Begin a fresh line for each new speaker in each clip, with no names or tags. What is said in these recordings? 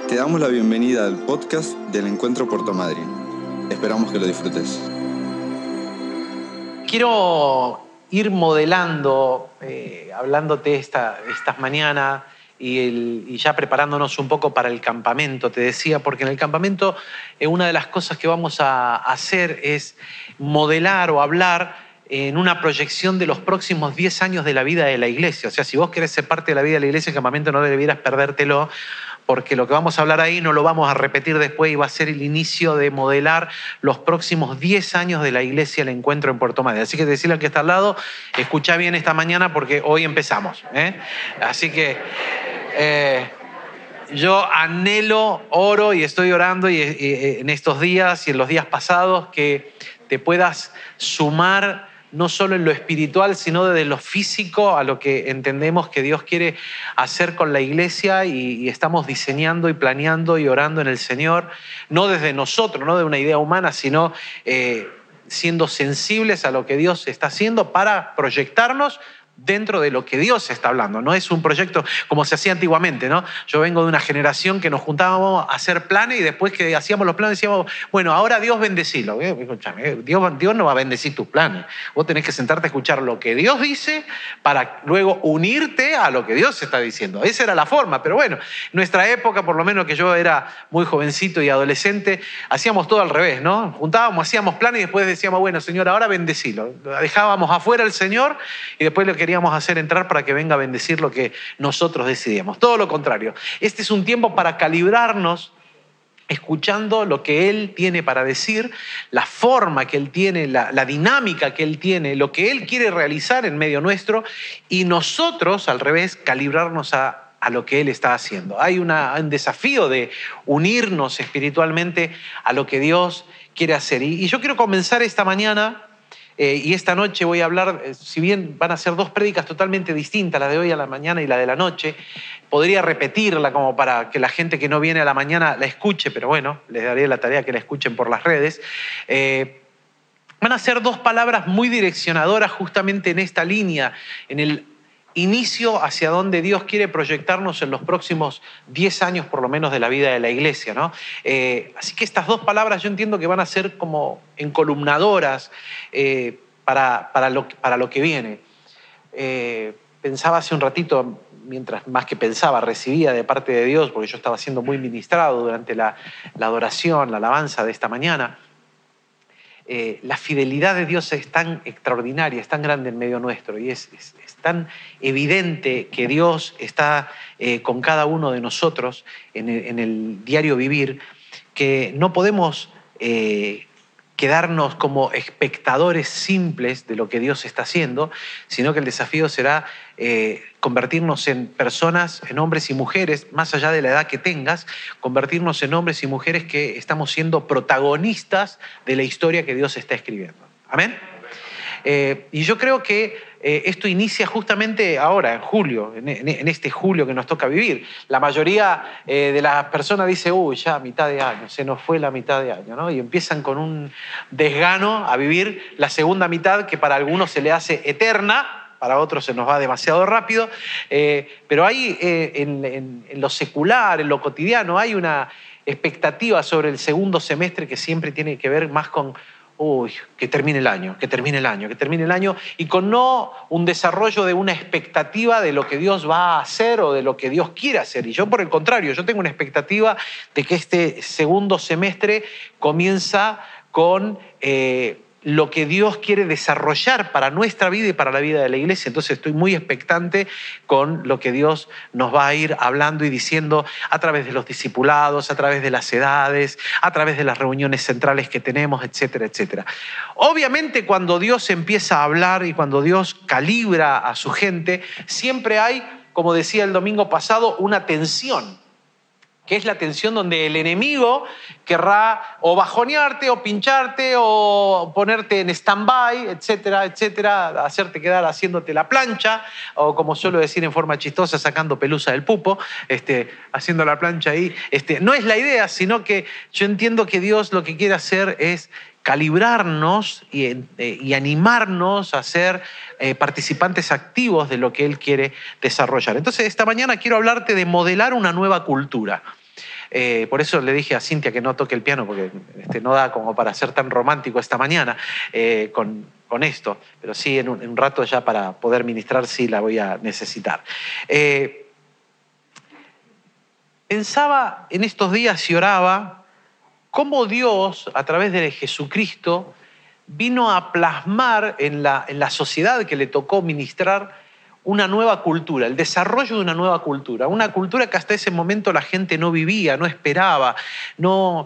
Te damos la bienvenida al podcast del Encuentro Puerto Madryn. Esperamos que lo disfrutes.
Quiero ir modelando, hablándote estas mañanas y ya preparándonos un poco para el campamento, te decía, porque en el campamento una de las cosas que vamos a hacer es modelar o hablar en una proyección de los próximos 10 años de la vida de la iglesia. O sea, si vos querés ser parte de la vida de la iglesia, el campamento no debieras perdértelo, porque lo que vamos a hablar ahí no lo vamos a repetir después y va a ser el inicio de modelar los próximos 10 años de la iglesia, el encuentro en Puerto Madryn. Así que decirle al que está al lado, escucha bien esta mañana porque hoy empezamos. Así que yo anhelo, oro y estoy orando en estos días y en los días pasados que te puedas sumar no solo en lo espiritual, sino desde lo físico a lo que entendemos que Dios quiere hacer con la iglesia y estamos diseñando y planeando y orando en el Señor, no desde nosotros, no de una idea humana, sino siendo sensibles a lo que Dios está haciendo para proyectarnos dentro de lo que Dios está hablando. No es un proyecto como se hacía antiguamente, ¿no? Yo vengo de una generación que nos juntábamos a hacer planes y después que hacíamos los planes decíamos, bueno, ahora Dios bendecilo. Escúchame, Dios no va a bendecir tus planes. Vos tenés que sentarte a escuchar lo que Dios dice para luego unirte a lo que Dios está diciendo. Esa era la forma, pero bueno, nuestra época, por lo menos que yo era muy jovencito y adolescente, hacíamos todo al revés, ¿no? Juntábamos, hacíamos planes y después decíamos, bueno, Señor, ahora bendecilo. Dejábamos afuera al Señor y después lo queríamos hacer entrar para que venga a bendecir lo que nosotros decidíamos. Todo lo contrario. Este es un tiempo para calibrarnos escuchando lo que Él tiene para decir, la forma que Él tiene, la dinámica que Él tiene, lo que Él quiere realizar en medio nuestro y nosotros, al revés, calibrarnos a lo que Él está haciendo. Hay un desafío de unirnos espiritualmente a lo que Dios quiere hacer. Y yo quiero comenzar esta mañana y esta noche voy a hablar, si bien van a ser dos prédicas totalmente distintas, la de hoy a la mañana y la de la noche, podría repetirla como para que la gente que no viene a la mañana la escuche, pero bueno, les daré la tarea que la escuchen por las redes. Van a ser dos palabras muy direccionadoras justamente en esta línea, en el inicio hacia donde Dios quiere proyectarnos en los próximos 10 años por lo menos de la vida de la iglesia, ¿no? Así que estas dos palabras yo entiendo que van a ser como encolumnadoras para lo que viene. Pensaba hace un ratito, mientras más que pensaba, recibía de parte de Dios, porque yo estaba siendo muy ministrado durante la adoración, la alabanza de esta mañana. La fidelidad de Dios es tan extraordinaria, es tan grande en medio nuestro y es tan evidente que Dios está con cada uno de nosotros en el diario vivir que no podemos quedarnos como espectadores simples de lo que Dios está haciendo, sino que el desafío será convertirnos en personas, en hombres y mujeres, más allá de la edad que tengas, convertirnos en hombres y mujeres que estamos siendo protagonistas de la historia que Dios está escribiendo. ¿Amén? Y yo creo que esto inicia justamente ahora, en julio, en este julio que nos toca vivir. La mayoría de las personas dice, uy, ya mitad de año, se nos fue la mitad de año, ¿no? Y empiezan con un desgano a vivir la segunda mitad que para algunos se le hace eterna, para otros se nos va demasiado rápido, pero hay en lo secular, en lo cotidiano, hay una expectativa sobre el segundo semestre que siempre tiene que ver más con que termine el año, que termine el año, que termine el año, y con no un desarrollo de una expectativa de lo que Dios va a hacer o de lo que Dios quiere hacer. Y yo, por el contrario, yo tengo una expectativa de que este segundo semestre comienza con lo que Dios quiere desarrollar para nuestra vida y para la vida de la iglesia. Entonces estoy muy expectante con lo que Dios nos va a ir hablando y diciendo a través de los discipulados, a través de las edades, a través de las reuniones centrales que tenemos, etcétera, etcétera. Obviamente cuando Dios empieza a hablar y cuando Dios calibra a su gente, siempre hay, como decía el domingo pasado, una tensión, que es la tensión donde el enemigo querrá o bajonearte o pincharte o ponerte en stand-by, etcétera, etcétera, hacerte quedar haciéndote la plancha o, como suelo decir en forma chistosa, sacando pelusa del pupo, haciendo la plancha ahí. No es la idea, sino que yo entiendo que Dios lo que quiere hacer es calibrarnos y animarnos a ser participantes activos de lo que Él quiere desarrollar. Entonces, esta mañana quiero hablarte de modelar una nueva cultura. Por eso le dije a Cintia que no toque el piano, porque no da como para ser tan romántico esta mañana con esto. Pero sí, en un rato ya para poder ministrar sí la voy a necesitar. Pensaba en estos días y oraba cómo Dios, a través de Jesucristo, vino a plasmar en la sociedad que le tocó ministrar una nueva cultura, el desarrollo de una cultura que hasta ese momento la gente no vivía, no esperaba, no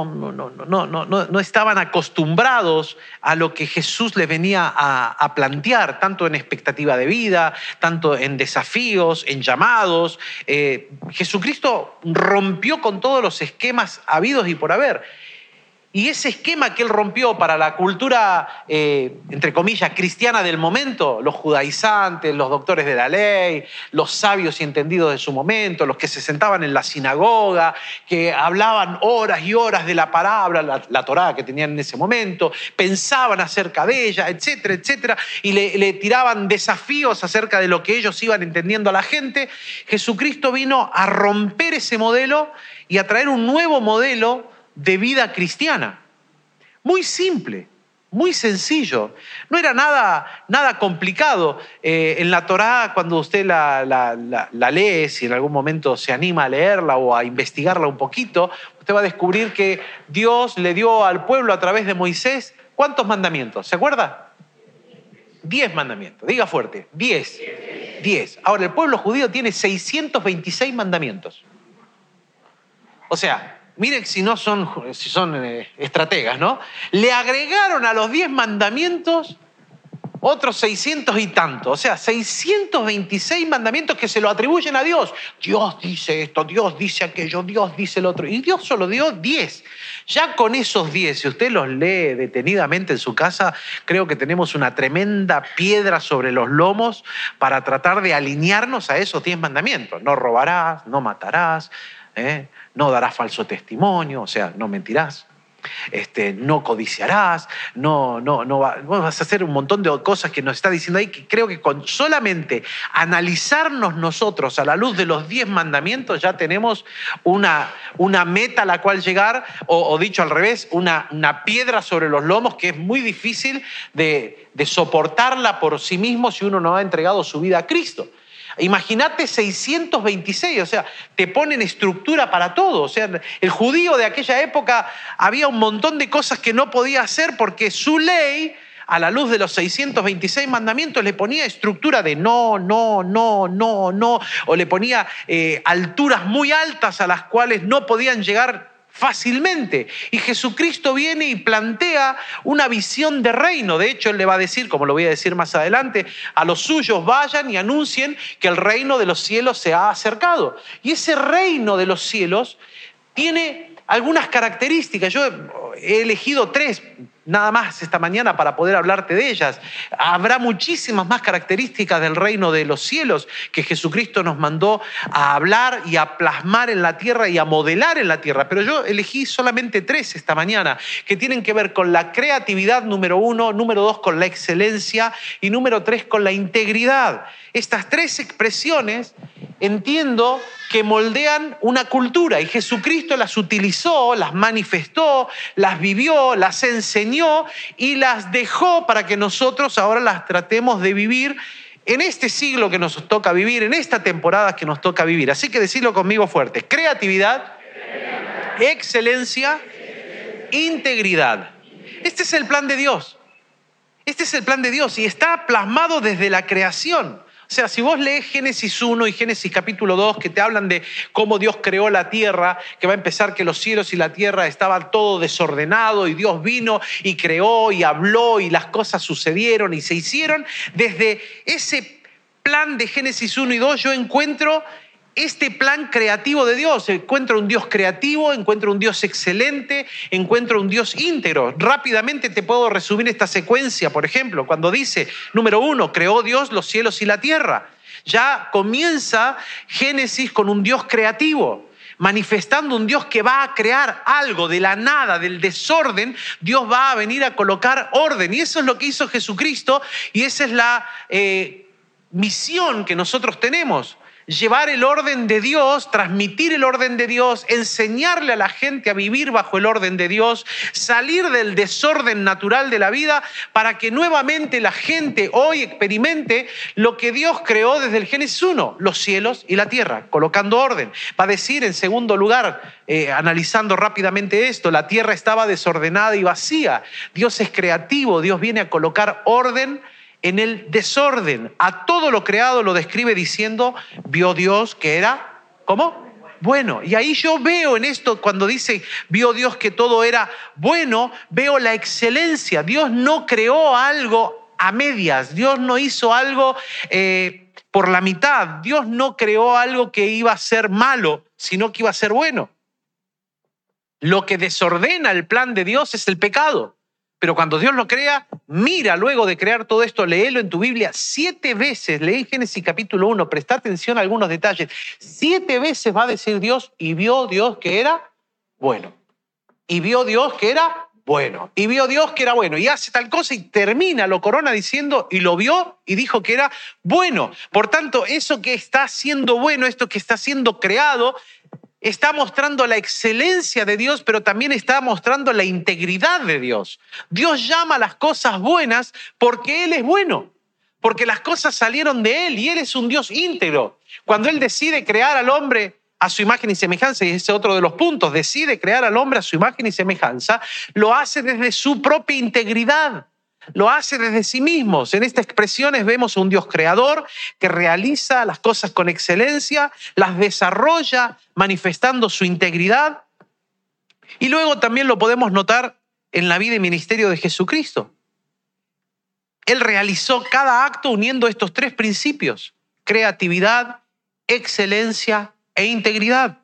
estaban acostumbrados a lo que Jesús les venía a plantear, tanto en expectativa de vida, tanto en desafíos, en llamados. Jesucristo rompió con todos los esquemas habidos y por haber. Y ese esquema que él rompió para la cultura, entre comillas, cristiana del momento, los judaizantes, los doctores de la ley, los sabios y entendidos de su momento, los que se sentaban en la sinagoga, que hablaban horas y horas de la palabra, la Torá que tenían en ese momento, pensaban acerca de ella, etcétera, etcétera, y le tiraban desafíos acerca de lo que ellos iban entendiendo a la gente. Jesucristo vino a romper ese modelo y a traer un nuevo modelo de vida cristiana. Muy simple, muy sencillo. No era nada complicado. En la Torá, cuando usted la lee, si en algún momento se anima a leerla o a investigarla un poquito, usted va a descubrir que Dios le dio al pueblo a través de Moisés, ¿cuántos mandamientos? ¿Se acuerda? 10 mandamientos. Diga fuerte, 10. Ahora, el pueblo judío tiene 626 mandamientos. O sea, miren si son estrategas, ¿no? Le agregaron a los 10 mandamientos otros 600 y tanto. O sea, 626 mandamientos que se lo atribuyen a Dios. Dios dice esto, Dios dice aquello, Dios dice el otro. Y Dios solo dio 10. Ya con esos 10, si usted los lee detenidamente en su casa, creo que tenemos una tremenda piedra sobre los lomos para tratar de alinearnos a esos 10 mandamientos. No robarás, no matarás, no darás falso testimonio, o sea, no mentirás, no codiciarás, no vas a hacer un montón de cosas que nos está diciendo ahí, que creo que con solamente analizarnos nosotros a la luz de los 10 mandamientos ya tenemos una meta a la cual llegar, o dicho al revés, una piedra sobre los lomos que es muy difícil de soportarla por sí mismo si uno no ha entregado su vida a Cristo. Imagínate 626, o sea, te ponen estructura para todo. O sea, el judío de aquella época había un montón de cosas que no podía hacer porque su ley, a la luz de los 626 mandamientos, le ponía estructura de no, o le ponía alturas muy altas a las cuales no podían llegar fácilmente. Y Jesucristo viene y plantea una visión de reino. De hecho, Él le va a decir, como lo voy a decir más adelante, a los suyos vayan y anuncien que el reino de los cielos se ha acercado. Y ese reino de los cielos tiene algunas características. Yo he elegido 3 nada más esta mañana para poder hablarte de ellas. Habrá muchísimas más características del reino de los cielos que Jesucristo nos mandó a hablar y a plasmar en la tierra y a modelar en la tierra. Pero yo elegí solamente 3 esta mañana que tienen que ver con la creatividad, número 1, número 2 con la excelencia y número 3 con la integridad. Estas 3 expresiones entiendo que moldean una cultura y Jesucristo las utilizó, las manifestó, las vivió, las enseñó y las dejó para que nosotros ahora las tratemos de vivir en este siglo que nos toca vivir, en esta temporada que nos toca vivir. Así que decirlo conmigo fuerte: creatividad, excelencia, integridad. Este es el plan de Dios. Este es el plan de Dios y está plasmado desde la creación. O sea, si vos lees Génesis 1 y Génesis capítulo 2, que te hablan de cómo Dios creó la tierra, que va a empezar que los cielos y la tierra estaban todo desordenado y Dios vino y creó y habló y las cosas sucedieron y se hicieron. Desde ese plan de Génesis 1 y 2 yo encuentro este plan creativo de Dios. Encuentro un Dios creativo, encuentro un Dios excelente, encuentro un Dios íntegro. Rápidamente te puedo resumir esta secuencia, por ejemplo, cuando dice, número 1, creó Dios los cielos y la tierra. Ya comienza Génesis con un Dios creativo, manifestando un Dios que va a crear algo de la nada, del desorden. Dios va a venir a colocar orden y eso es lo que hizo Jesucristo y esa es la misión que nosotros tenemos. llevar el orden de Dios, transmitir el orden de Dios, enseñarle a la gente a vivir bajo el orden de Dios, salir del desorden natural de la vida para que nuevamente la gente hoy experimente lo que Dios creó desde el Génesis 1, los cielos y la tierra, colocando orden. Va a decir en segundo lugar, analizando rápidamente esto, la tierra estaba desordenada y vacía. Dios es creativo, Dios viene a colocar orden en el desorden. A todo lo creado lo describe diciendo, vio Dios que era, ¿cómo? Bueno. Y ahí yo veo en esto, cuando dice, vio Dios que todo era bueno, veo la excelencia. Dios no creó algo a medias, Dios no hizo algo por la mitad, Dios no creó algo que iba a ser malo, sino que iba a ser bueno. Lo que desordena el plan de Dios es el pecado. Pero cuando Dios lo crea, mira luego de crear todo esto, léelo en tu Biblia 7 veces, leí Génesis capítulo 1, presta atención a algunos detalles. 7 veces va a decir Dios, y vio Dios que era bueno. Y vio Dios que era bueno. Y vio Dios que era bueno. Y hace tal cosa y termina, lo corona diciendo, y lo vio y dijo que era bueno. Por tanto, eso que está siendo bueno, esto que está siendo creado, está mostrando la excelencia de Dios, pero también está mostrando la integridad de Dios. Dios llama a las cosas buenas porque Él es bueno, porque las cosas salieron de Él y Él es un Dios íntegro. Cuando Él decide crear al hombre a su imagen y semejanza, y ese es otro de los puntos, decide crear al hombre a su imagen y semejanza, lo hace desde su propia integridad. Lo hace desde sí mismos. En estas expresiones vemos a un Dios creador que realiza las cosas con excelencia, las desarrolla manifestando su integridad. Y luego también lo podemos notar en la vida y ministerio de Jesucristo. Él realizó cada acto uniendo estos 3 principios: creatividad, excelencia e integridad.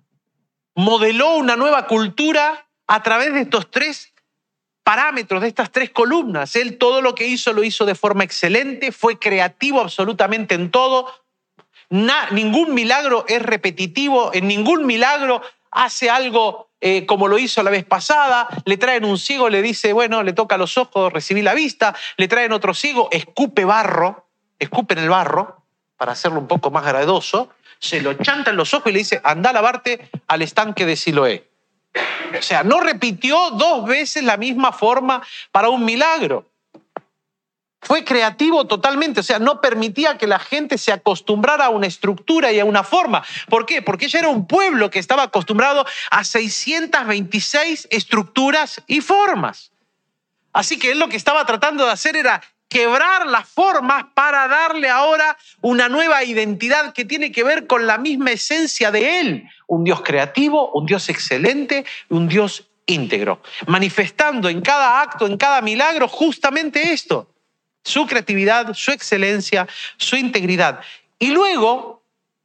Modeló una nueva cultura a través de estos 3 parámetros, de estas 3 columnas. Él todo lo que hizo lo hizo de forma excelente, fue creativo absolutamente en todo. Ningún milagro es repetitivo, en ningún milagro hace algo como lo hizo la vez pasada. Le traen un ciego, le dice, bueno, le toca los ojos, recibí la vista. Le traen otro ciego, escupe en el barro, para hacerlo un poco más gradoso, se lo chanta en los ojos y le dice, anda a lavarte al estanque de Siloé. O sea, no repitió 2 veces la misma forma para un milagro. Fue creativo totalmente, o sea, no permitía que la gente se acostumbrara a una estructura y a una forma. ¿Por qué? Porque ella era un pueblo que estaba acostumbrado a 626 estructuras y formas. Así que él lo que estaba tratando de hacer era quebrar las formas para darle ahora una nueva identidad que tiene que ver con la misma esencia de él. Un Dios creativo, un Dios excelente, un Dios íntegro. Manifestando en cada acto, en cada milagro, justamente esto. Su creatividad, su excelencia, su integridad. Y luego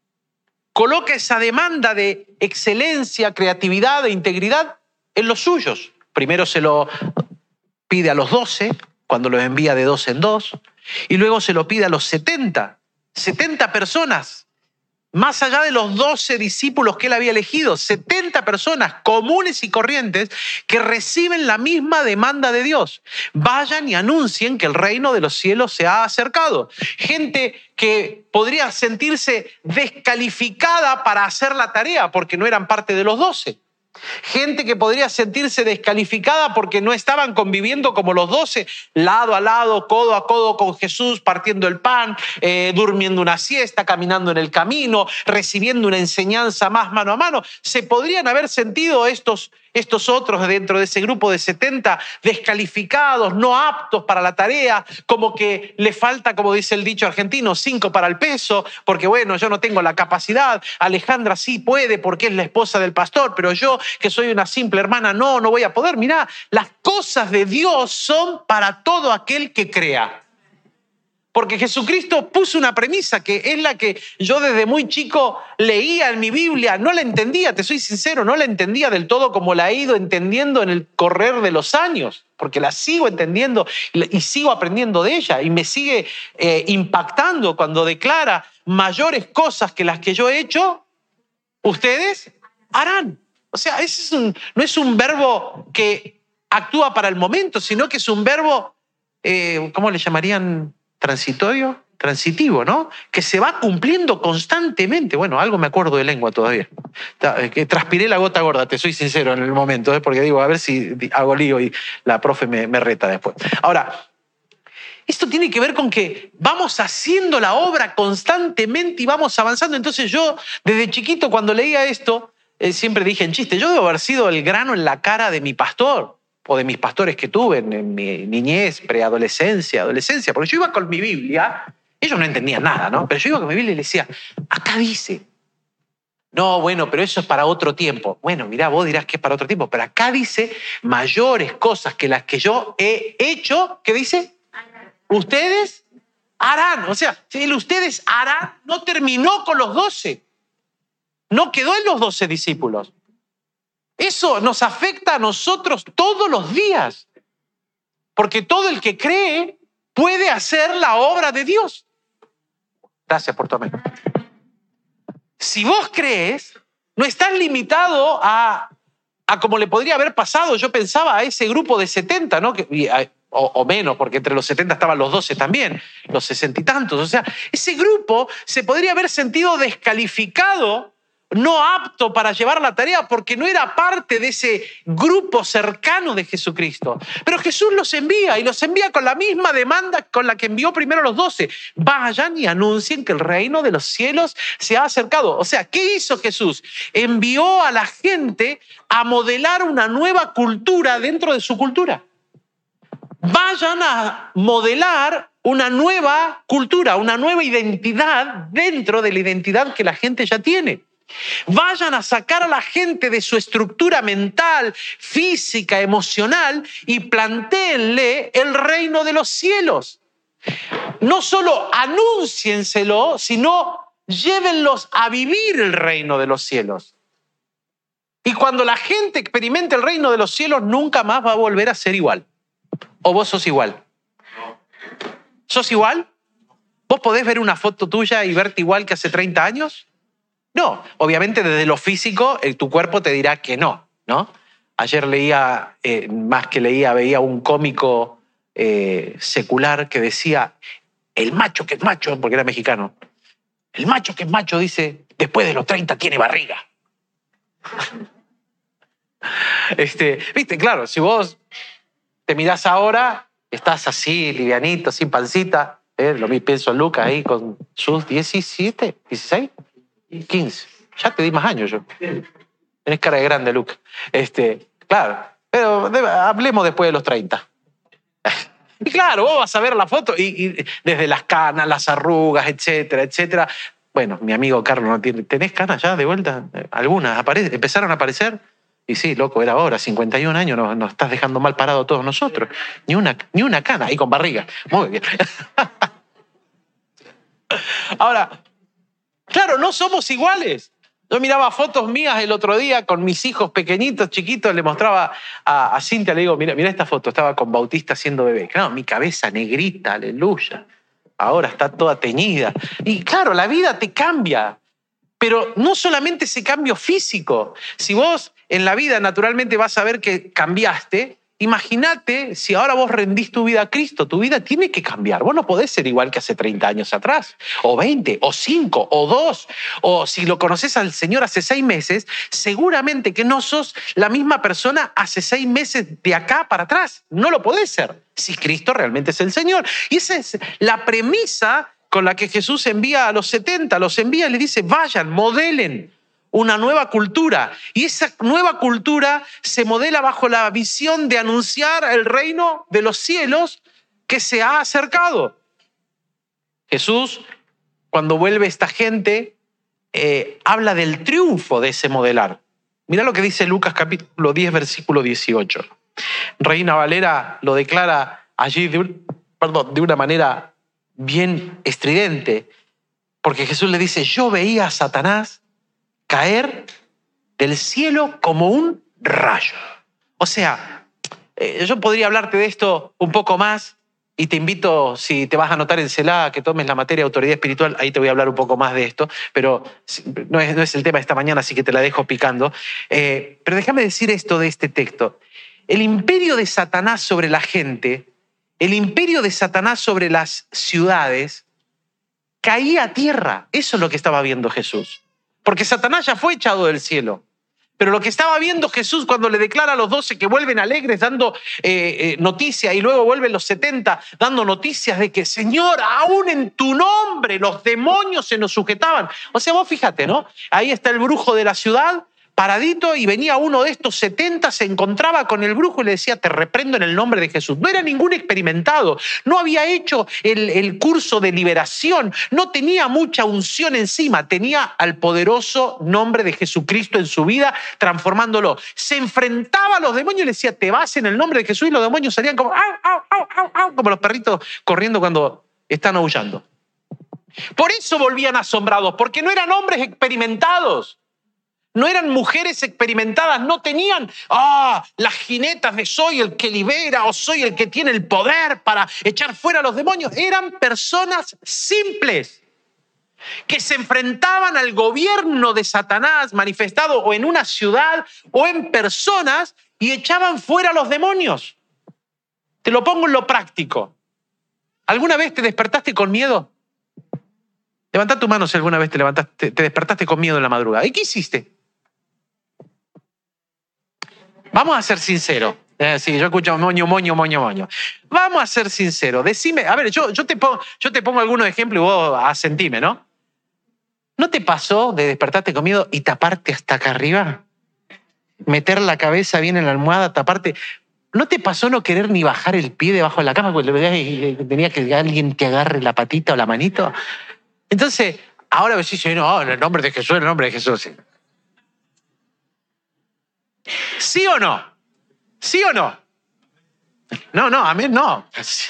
coloca esa demanda de excelencia, creatividad e integridad en los suyos. Primero se lo pide a los 12, cuando los envía de 2 en 2, y luego se lo pide a los 70 personas, más allá de los 12 discípulos que él había elegido, 70 personas comunes y corrientes que reciben la misma demanda de Dios. Vayan y anuncien que el reino de los cielos se ha acercado. Gente que podría sentirse descalificada para hacer la tarea porque no eran parte de los 12. Gente que podría sentirse descalificada porque no estaban conviviendo como los 12, lado a lado, codo a codo con Jesús, partiendo el pan, durmiendo una siesta, caminando en el camino, recibiendo una enseñanza más mano a mano. Se podrían haber sentido estos otros dentro de ese grupo de 70 descalificados, no aptos para la tarea, como que le falta, como dice el dicho argentino, 5 para el peso, porque bueno, yo no tengo la capacidad. Alejandra sí puede porque es la esposa del pastor, pero yo, que soy una simple hermana, no voy a poder. Mirá, las cosas de Dios son para todo aquel que crea. Porque Jesucristo puso una premisa que es la que yo desde muy chico leía en mi Biblia. No la entendía, te soy sincero, no la entendía del todo como la he ido entendiendo en el correr de los años, porque la sigo entendiendo y sigo aprendiendo de ella y me sigue impactando cuando declara mayores cosas que las que yo he hecho, ustedes harán. O sea, no es un verbo que actúa para el momento, sino que es un verbo, ¿cómo le llamarían? ¿Transitorio? transitivo, ¿no? Que se va cumpliendo constantemente. Bueno, algo me acuerdo de lengua todavía. Que transpiré la gota gorda, te soy sincero en el momento, porque digo, a ver si hago lío y la profe me reta después. Ahora, esto tiene que ver con que vamos haciendo la obra constantemente y vamos avanzando. Entonces yo, desde chiquito, cuando leía esto, siempre dije en chiste, yo debo haber sido el grano en la cara de mi pastor o de mis pastores que tuve en mi niñez, preadolescencia, adolescencia, porque yo iba con mi Biblia, ellos no entendían nada, ¿no? Pero yo iba con mi Biblia y les decía, acá dice, no, bueno, pero eso es para otro tiempo. Bueno, mirá, vos dirás que es para otro tiempo, pero acá dice mayores cosas que las que yo he hecho, ¿qué dice? Ustedes harán. O sea, el ustedes harán no terminó con los 12. No quedó en los 12 discípulos. Eso nos afecta a nosotros todos los días. Porque todo el que cree puede hacer la obra de Dios. Gracias por tu amén. Si vos crees, no estás limitado a como le podría haber pasado, yo pensaba, a ese grupo de 70, ¿no? O menos, porque entre los 70 estaban los 12 también, los 60 y tantos. O sea, ese grupo se podría haber sentido descalificado, no apto para llevar la tarea, porque no era parte de ese grupo cercano de Jesucristo. Pero Jesús los envía, y los envía con la misma demanda con la que envió primero a los 12. Vayan y anuncien que el reino de los cielos se ha acercado. O sea, ¿qué hizo Jesús? Envió a la gente a modelar una nueva cultura dentro de su cultura. Vayan a modelar una nueva cultura, una nueva identidad dentro de la identidad que la gente ya tiene. Vayan a sacar a la gente de su estructura mental, física, emocional y plantéenle el reino de los cielos. No solo anúncienselo, sino llévenlos a vivir el reino de los cielos. Y cuando la gente experimente el reino de los cielos, nunca más va a volver a ser igual. ¿O vos sos igual? ¿Sos igual? ¿Vos podés ver una foto tuya y verte igual que hace 30 años? No, obviamente desde lo físico tu cuerpo te dirá que no, ¿no? Ayer leía, veía un cómico secular que decía, el macho que es macho, porque era mexicano, el macho que es macho dice, después de los 30 tiene barriga. Viste, claro, si vos te mirás ahora, estás así, livianito, sin pancita, lo mismo pienso en Lucas ahí con sus 17, 16. 15. Ya te di más años yo. Tenés cara de grande, Luca. Claro. Pero hablemos después de los 30. Y claro, vos vas a ver la foto y desde las canas, las arrugas, etcétera, etcétera. Bueno, mi amigo Carlos no tiene. ¿Tenés canas ya de vuelta? Algunas empezaron a aparecer. Y sí, loco, era ahora, 51 años, nos estás dejando mal parado a todos nosotros. Ni una cana, ahí con barriga. Muy bien. Ahora, claro, no somos iguales. Yo miraba fotos mías el otro día con mis hijos pequeñitos, chiquitos, le mostraba a Cintia, le digo, mira esta foto, estaba con Bautista siendo bebé. Claro, mi cabeza negrita, aleluya. Ahora está toda teñida. Y claro, la vida te cambia. Pero no solamente ese cambio físico. Si vos en la vida naturalmente vas a ver que cambiaste, imagínate si ahora vos rendís tu vida a Cristo, tu vida tiene que cambiar. Vos no podés ser igual que hace 30 años atrás, o 20, o 5, o 2, o si lo conoces al Señor hace 6 meses, seguramente que no sos la misma persona hace 6 meses de acá para atrás. No lo podés ser, si Cristo realmente es el Señor. Y esa es la premisa con la que Jesús envía a los 70, los envía y les dice, vayan, modelen una nueva cultura. Y esa nueva cultura se modela bajo la visión de anunciar el reino de los cielos que se ha acercado. Jesús, cuando vuelve esta gente, habla del triunfo de ese modelar. Mirá lo que dice Lucas capítulo 10, versículo 18. Reina Valera lo declara allí de una manera bien estridente, porque Jesús le dice, yo veía a Satanás caer del cielo como un rayo. O sea, yo podría hablarte de esto un poco más y te invito, si te vas a anotar en Selah, que tomes la materia de autoridad espiritual, ahí te voy a hablar un poco más de esto, pero no es el tema de esta mañana, así que te la dejo picando. Pero déjame decir esto de este texto. El imperio de Satanás sobre la gente, el imperio de Satanás sobre las ciudades, caía a tierra. Eso es lo que estaba viendo Jesús. Porque Satanás ya fue echado del cielo. Pero lo que estaba viendo Jesús cuando le declara a los 12 que vuelven alegres dando noticia, y luego vuelven los 70 dando noticias de que, Señor, aún en tu nombre los demonios se nos sujetaban. O sea, vos fíjate, ¿no? Ahí está el brujo de la ciudad paradito, y venía uno de estos 70, se encontraba con el brujo y le decía, te reprendo en el nombre de Jesús. No era ningún experimentado, no había hecho el curso de liberación, no tenía mucha unción encima, tenía al poderoso nombre de Jesucristo en su vida, transformándolo. Se enfrentaba a los demonios y le decía, te vas en el nombre de Jesús, y los demonios salían como, au, au, au, au, au, como los perritos corriendo cuando están aullando. Por eso volvían asombrados, porque no eran hombres experimentados. No eran mujeres experimentadas, no tenían las jinetas de soy el que libera o soy el que tiene el poder para echar fuera a los demonios. Eran personas simples que se enfrentaban al gobierno de Satanás manifestado o en una ciudad o en personas y echaban fuera a los demonios. Te lo pongo en lo práctico. ¿Alguna vez te despertaste con miedo? Levanta tu mano si alguna vez te despertaste con miedo en la madrugada. ¿Y qué hiciste? Vamos a ser sinceros. Sí, yo escucho moño. Vamos a ser sinceros. Decime, a ver, yo te pongo algunos ejemplos y vos asentime, ¿no? ¿No te pasó de despertarte con miedo y taparte hasta acá arriba? Meter la cabeza bien en la almohada, taparte. ¿No te pasó no querer ni bajar el pie debajo de la cama porque tenía que alguien te agarre la patita o la manito? Entonces, ahora decís, no, en el nombre de Jesús, en el nombre de Jesús. ¿Sí o no? ¿Sí o no? No, amén, no.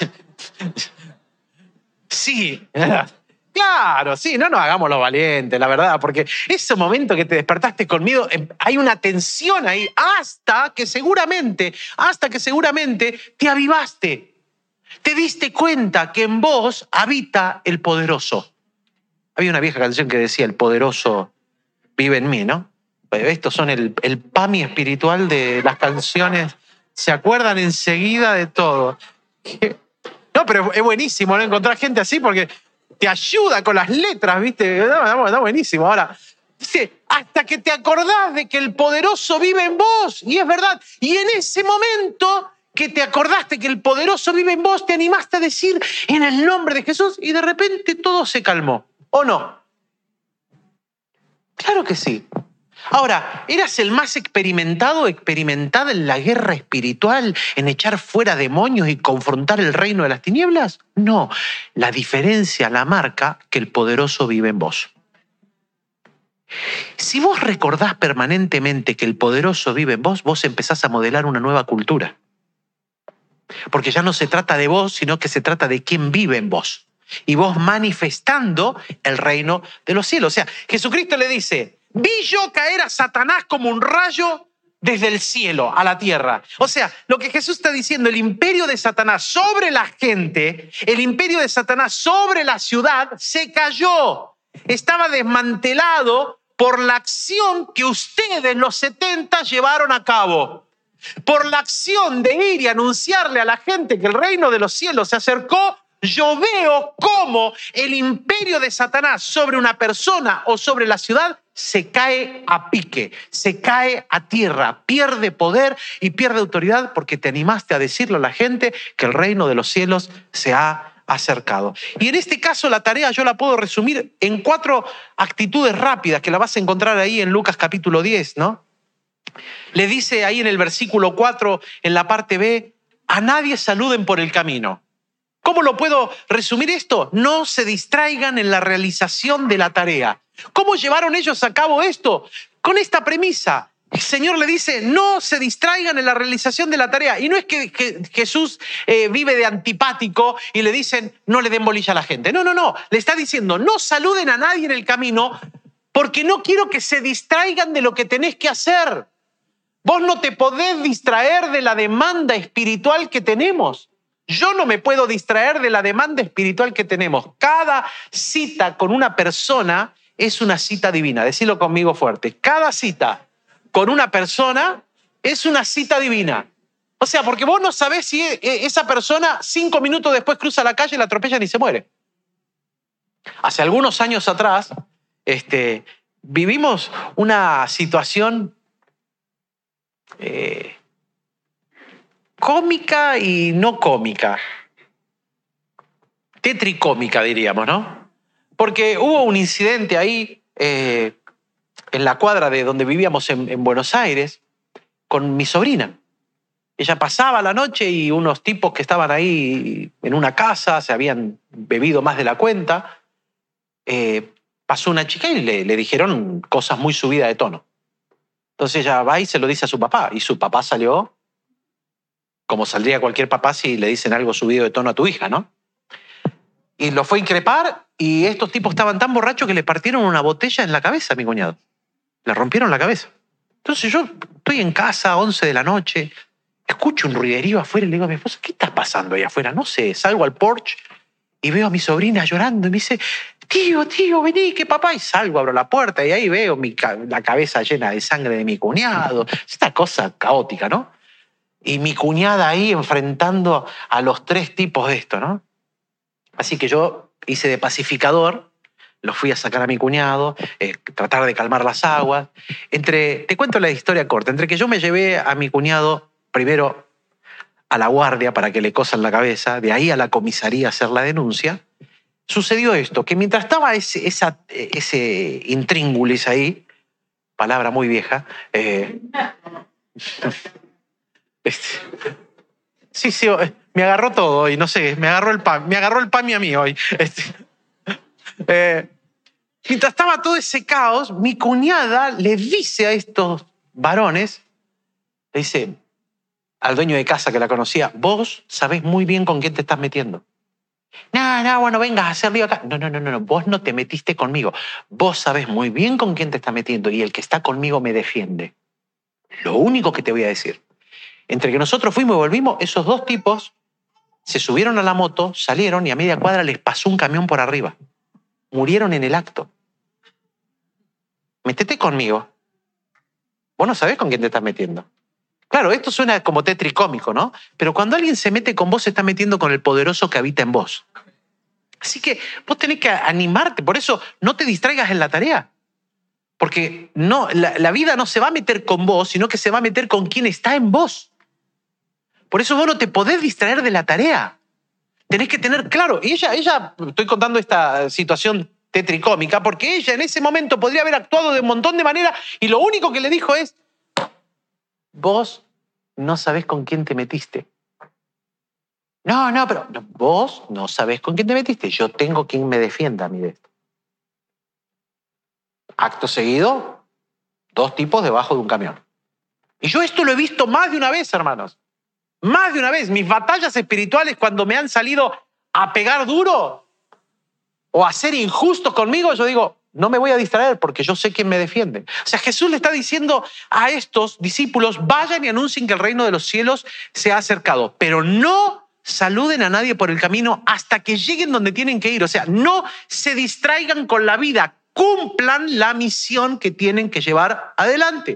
Sí. Claro, sí, no nos hagamos los valientes, la verdad, porque ese momento que te despertaste con miedo, hay una tensión ahí hasta que seguramente te avivaste. Te diste cuenta que en vos habita el poderoso. Había una vieja canción que decía, el poderoso vive en mí, ¿no? Estos son el PAMI espiritual de las canciones. Se acuerdan enseguida de todo. No, pero es buenísimo, ¿no? Encontrar gente así porque te ayuda con las letras, ¿viste? Está buenísimo. Ahora, dice, hasta que te acordás de que el poderoso vive en vos. Y es verdad. Y en ese momento que te acordaste que el poderoso vive en vos, te animaste a decir en el nombre de Jesús y de repente todo se calmó. ¿O no? Claro que sí. Ahora, ¿eras el más experimentada en la guerra espiritual, en echar fuera demonios y confrontar el reino de las tinieblas? No, la diferencia la marca que el poderoso vive en vos. Si vos recordás permanentemente que el poderoso vive en vos, vos empezás a modelar una nueva cultura. Porque ya no se trata de vos, sino que se trata de quién vive en vos. Y vos manifestando el reino de los cielos. O sea, Jesucristo le dice, vi yo caer a Satanás como un rayo desde el cielo a la tierra. O sea, lo que Jesús está diciendo, el imperio de Satanás sobre la gente, el imperio de Satanás sobre la ciudad, se cayó. Estaba desmantelado por la acción que ustedes, los 70, llevaron a cabo. Por la acción de ir y anunciarle a la gente que el reino de los cielos se acercó. Yo veo cómo el imperio de Satanás sobre una persona o sobre la ciudad se cae a pique, se cae a tierra, pierde poder y pierde autoridad porque te animaste a decirle a la gente que el reino de los cielos se ha acercado. Y en este caso la tarea yo la puedo resumir en 4 actitudes rápidas que la vas a encontrar ahí en Lucas capítulo 10, ¿no? Le dice ahí en el versículo 4, en la parte B, a nadie saluden por el camino. ¿Cómo lo puedo resumir esto? No se distraigan en la realización de la tarea. ¿Cómo llevaron ellos a cabo esto? Con esta premisa. El Señor le dice, no se distraigan en la realización de la tarea. Y no es que Jesús vive de antipático y le dicen, no le den bolilla a la gente. No. Le está diciendo, no saluden a nadie en el camino porque no quiero que se distraigan de lo que tenés que hacer. Vos no te podés distraer de la demanda espiritual que tenemos. Yo no me puedo distraer de la demanda espiritual que tenemos. Cada cita con una persona es una cita divina. Decilo conmigo fuerte. Cada cita con una persona es una cita divina. O sea, porque vos no sabés si esa persona 5 minutos después cruza la calle, la atropellan y se muere. Hace algunos años atrás vivimos una situación cómica y no cómica. Tetricómica, diríamos, ¿no? Porque hubo un incidente ahí en la cuadra de donde vivíamos en Buenos Aires con mi sobrina. Ella pasaba la noche y unos tipos que estaban ahí en una casa, se habían bebido más de la cuenta, pasó una chica y le dijeron cosas muy subidas de tono. Entonces ella va y se lo dice a su papá, y su papá salió como saldría cualquier papá si le dicen algo subido de tono a tu hija, ¿no? Y lo fue a increpar y estos tipos estaban tan borrachos que le partieron una botella en la cabeza a mi cuñado. Le rompieron la cabeza. Entonces yo estoy en casa, 11 de la noche, escucho un ruiderío afuera y le digo a mi esposa, ¿qué está pasando ahí afuera? No sé, salgo al porche y veo a mi sobrina llorando y me dice, tío, vení, que papá. Y salgo, abro la puerta y ahí veo la cabeza llena de sangre de mi cuñado. Es una cosa caótica, ¿no? Y mi cuñada ahí enfrentando a los tres tipos de esto, ¿no? Así que yo hice de pacificador, lo fui a sacar a mi cuñado, tratar de calmar las aguas. Te cuento la historia corta, entre que yo me llevé a mi cuñado primero a la guardia para que le cosan la cabeza, de ahí a la comisaría a hacer la denuncia, sucedió esto, que mientras estaba ese intríngulis ahí, palabra muy vieja, sí, me agarró todo hoy, no sé, me agarró el pan y a mí hoy. Mientras estaba todo ese caos, mi cuñada le dice a estos varones, le dice al dueño de casa que la conocía, vos sabés muy bien con quién te estás metiendo. No, bueno, vengas a hacer lío acá. No, vos no te metiste conmigo. Vos sabés muy bien con quién te estás metiendo y el que está conmigo me defiende. Lo único que te voy a decir. Entre que nosotros fuimos y volvimos, esos dos tipos se subieron a la moto, salieron y a media cuadra les pasó un camión por arriba. Murieron en el acto. Métete conmigo. Vos no sabés con quién te estás metiendo. Claro, esto suena como tetricómico, ¿no? Pero cuando alguien se mete con vos, se está metiendo con el poderoso que habita en vos. Así que vos tenés que animarte. Por eso no te distraigas en la tarea. Porque no, la vida no se va a meter con vos, sino que se va a meter con quien está en vos. Por eso vos no te podés distraer de la tarea. Tenés que tener claro. Y ella, estoy contando esta situación tetricómica, porque ella en ese momento podría haber actuado de un montón de maneras y lo único que le dijo es, vos no sabés con quién te metiste. Pero vos no sabés con quién te metiste. Yo tengo quien me defienda a mí de esto. Acto seguido, dos tipos debajo de un camión. Y yo esto lo he visto más de una vez, hermanos. Más de una vez. Mis batallas espirituales cuando me han salido a pegar duro o a ser injustos conmigo, yo digo, no me voy a distraer porque yo sé quién me defiende. O sea, Jesús le está diciendo a estos discípulos, vayan y anuncien que el reino de los cielos se ha acercado, pero no saluden a nadie por el camino hasta que lleguen donde tienen que ir. O sea, no se distraigan con la vida, cumplan la misión que tienen que llevar adelante.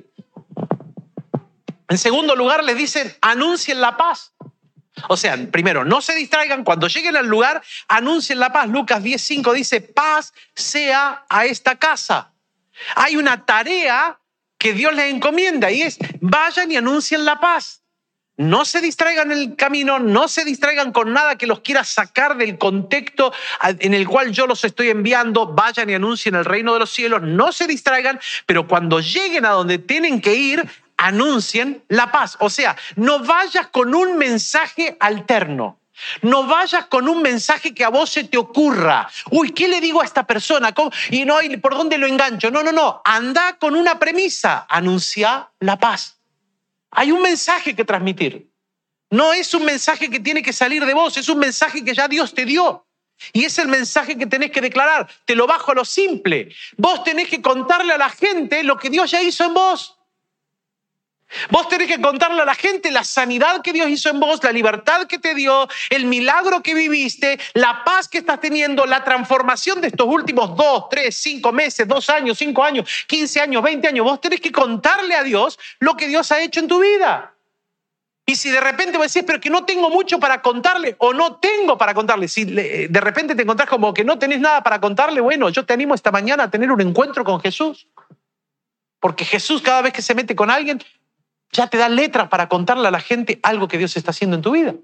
En segundo lugar, les dicen, anuncien la paz. O sea, primero, no se distraigan. Cuando lleguen al lugar, anuncien la paz. Lucas 10:5 dice, paz sea a esta casa. Hay una tarea que Dios les encomienda y es, vayan y anuncien la paz. No se distraigan en el camino, no se distraigan con nada que los quiera sacar del contexto en el cual yo los estoy enviando. Vayan y anuncien el reino de los cielos, no se distraigan, pero cuando lleguen a donde tienen que ir, anuncien la paz. O sea, no vayas con un mensaje alterno. No vayas con un mensaje que a vos se te ocurra. Uy, ¿qué le digo a esta persona? ¿Y por dónde lo engancho? No. Anda con una premisa. Anuncia la paz. Hay un mensaje que transmitir. No es un mensaje que tiene que salir de vos. Es un mensaje que ya Dios te dio. Y es el mensaje que tenés que declarar. Te lo bajo a lo simple. Vos tenés que contarle a la gente lo que Dios ya hizo en vos. Vos tenés que contarle a la gente la sanidad que Dios hizo en vos, la libertad que te dio, el milagro que viviste, la paz que estás teniendo, la transformación de estos últimos 2, 3, 5 meses, 2 años, 5 años, 15 años, 20 años. Vos tenés que contarle a Dios lo que Dios ha hecho en tu vida. Y si de repente vos decís, pero que no tengo mucho para contarle o no tengo para contarle, si de repente te encontrás como que no tenés nada para contarle, bueno, yo te animo esta mañana a tener un encuentro con Jesús. Porque Jesús cada vez que se mete con alguien, ya te da letras para contarle a la gente algo que Dios está haciendo en tu vida.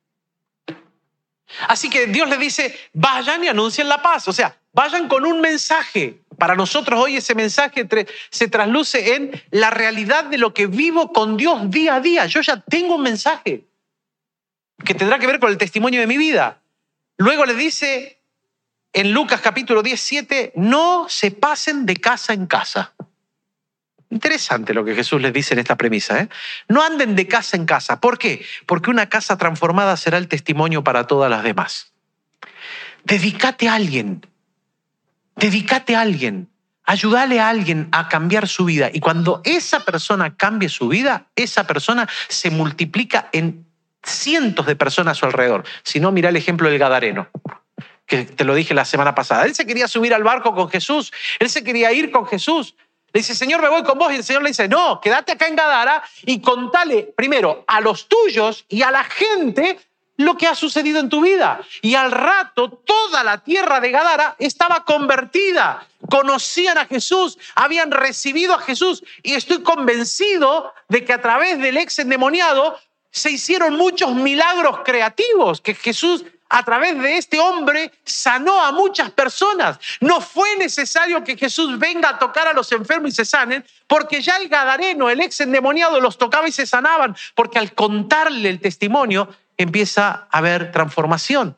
Así que Dios le dice, vayan y anuncien la paz. O sea, vayan con un mensaje. Para nosotros hoy ese mensaje se trasluce en la realidad de lo que vivo con Dios día a día. Yo ya tengo un mensaje que tendrá que ver con el testimonio de mi vida. Luego le dice en Lucas capítulo 17, no se pasen de casa en casa. Interesante lo que Jesús les dice en esta premisa, ¿eh? No anden de casa en casa. ¿Por qué? Porque una casa transformada será el testimonio para todas las demás. Dedícate a alguien. Dedícate a alguien. Ayúdale a alguien a cambiar su vida. Y cuando esa persona cambie su vida, esa persona se multiplica en cientos de personas a su alrededor. Si no, mira el ejemplo del Gadareno, que te lo dije la semana pasada. Él se quería subir al barco con Jesús. Él se quería ir con Jesús. Le dice, Señor, me voy con vos. Y el Señor le dice, no, quédate acá en Gadara y contale primero a los tuyos y a la gente lo que ha sucedido en tu vida. Y al rato, toda la tierra de Gadara estaba convertida. Conocían a Jesús, habían recibido a Jesús. Y estoy convencido de que a través del ex endemoniado se hicieron muchos milagros creativos, que Jesús a través de este hombre sanó a muchas personas. No fue necesario que Jesús venga a tocar a los enfermos y se sanen, porque ya el gadareno, el ex endemoniado, los tocaba y se sanaban, porque al contarle el testimonio empieza a haber transformación.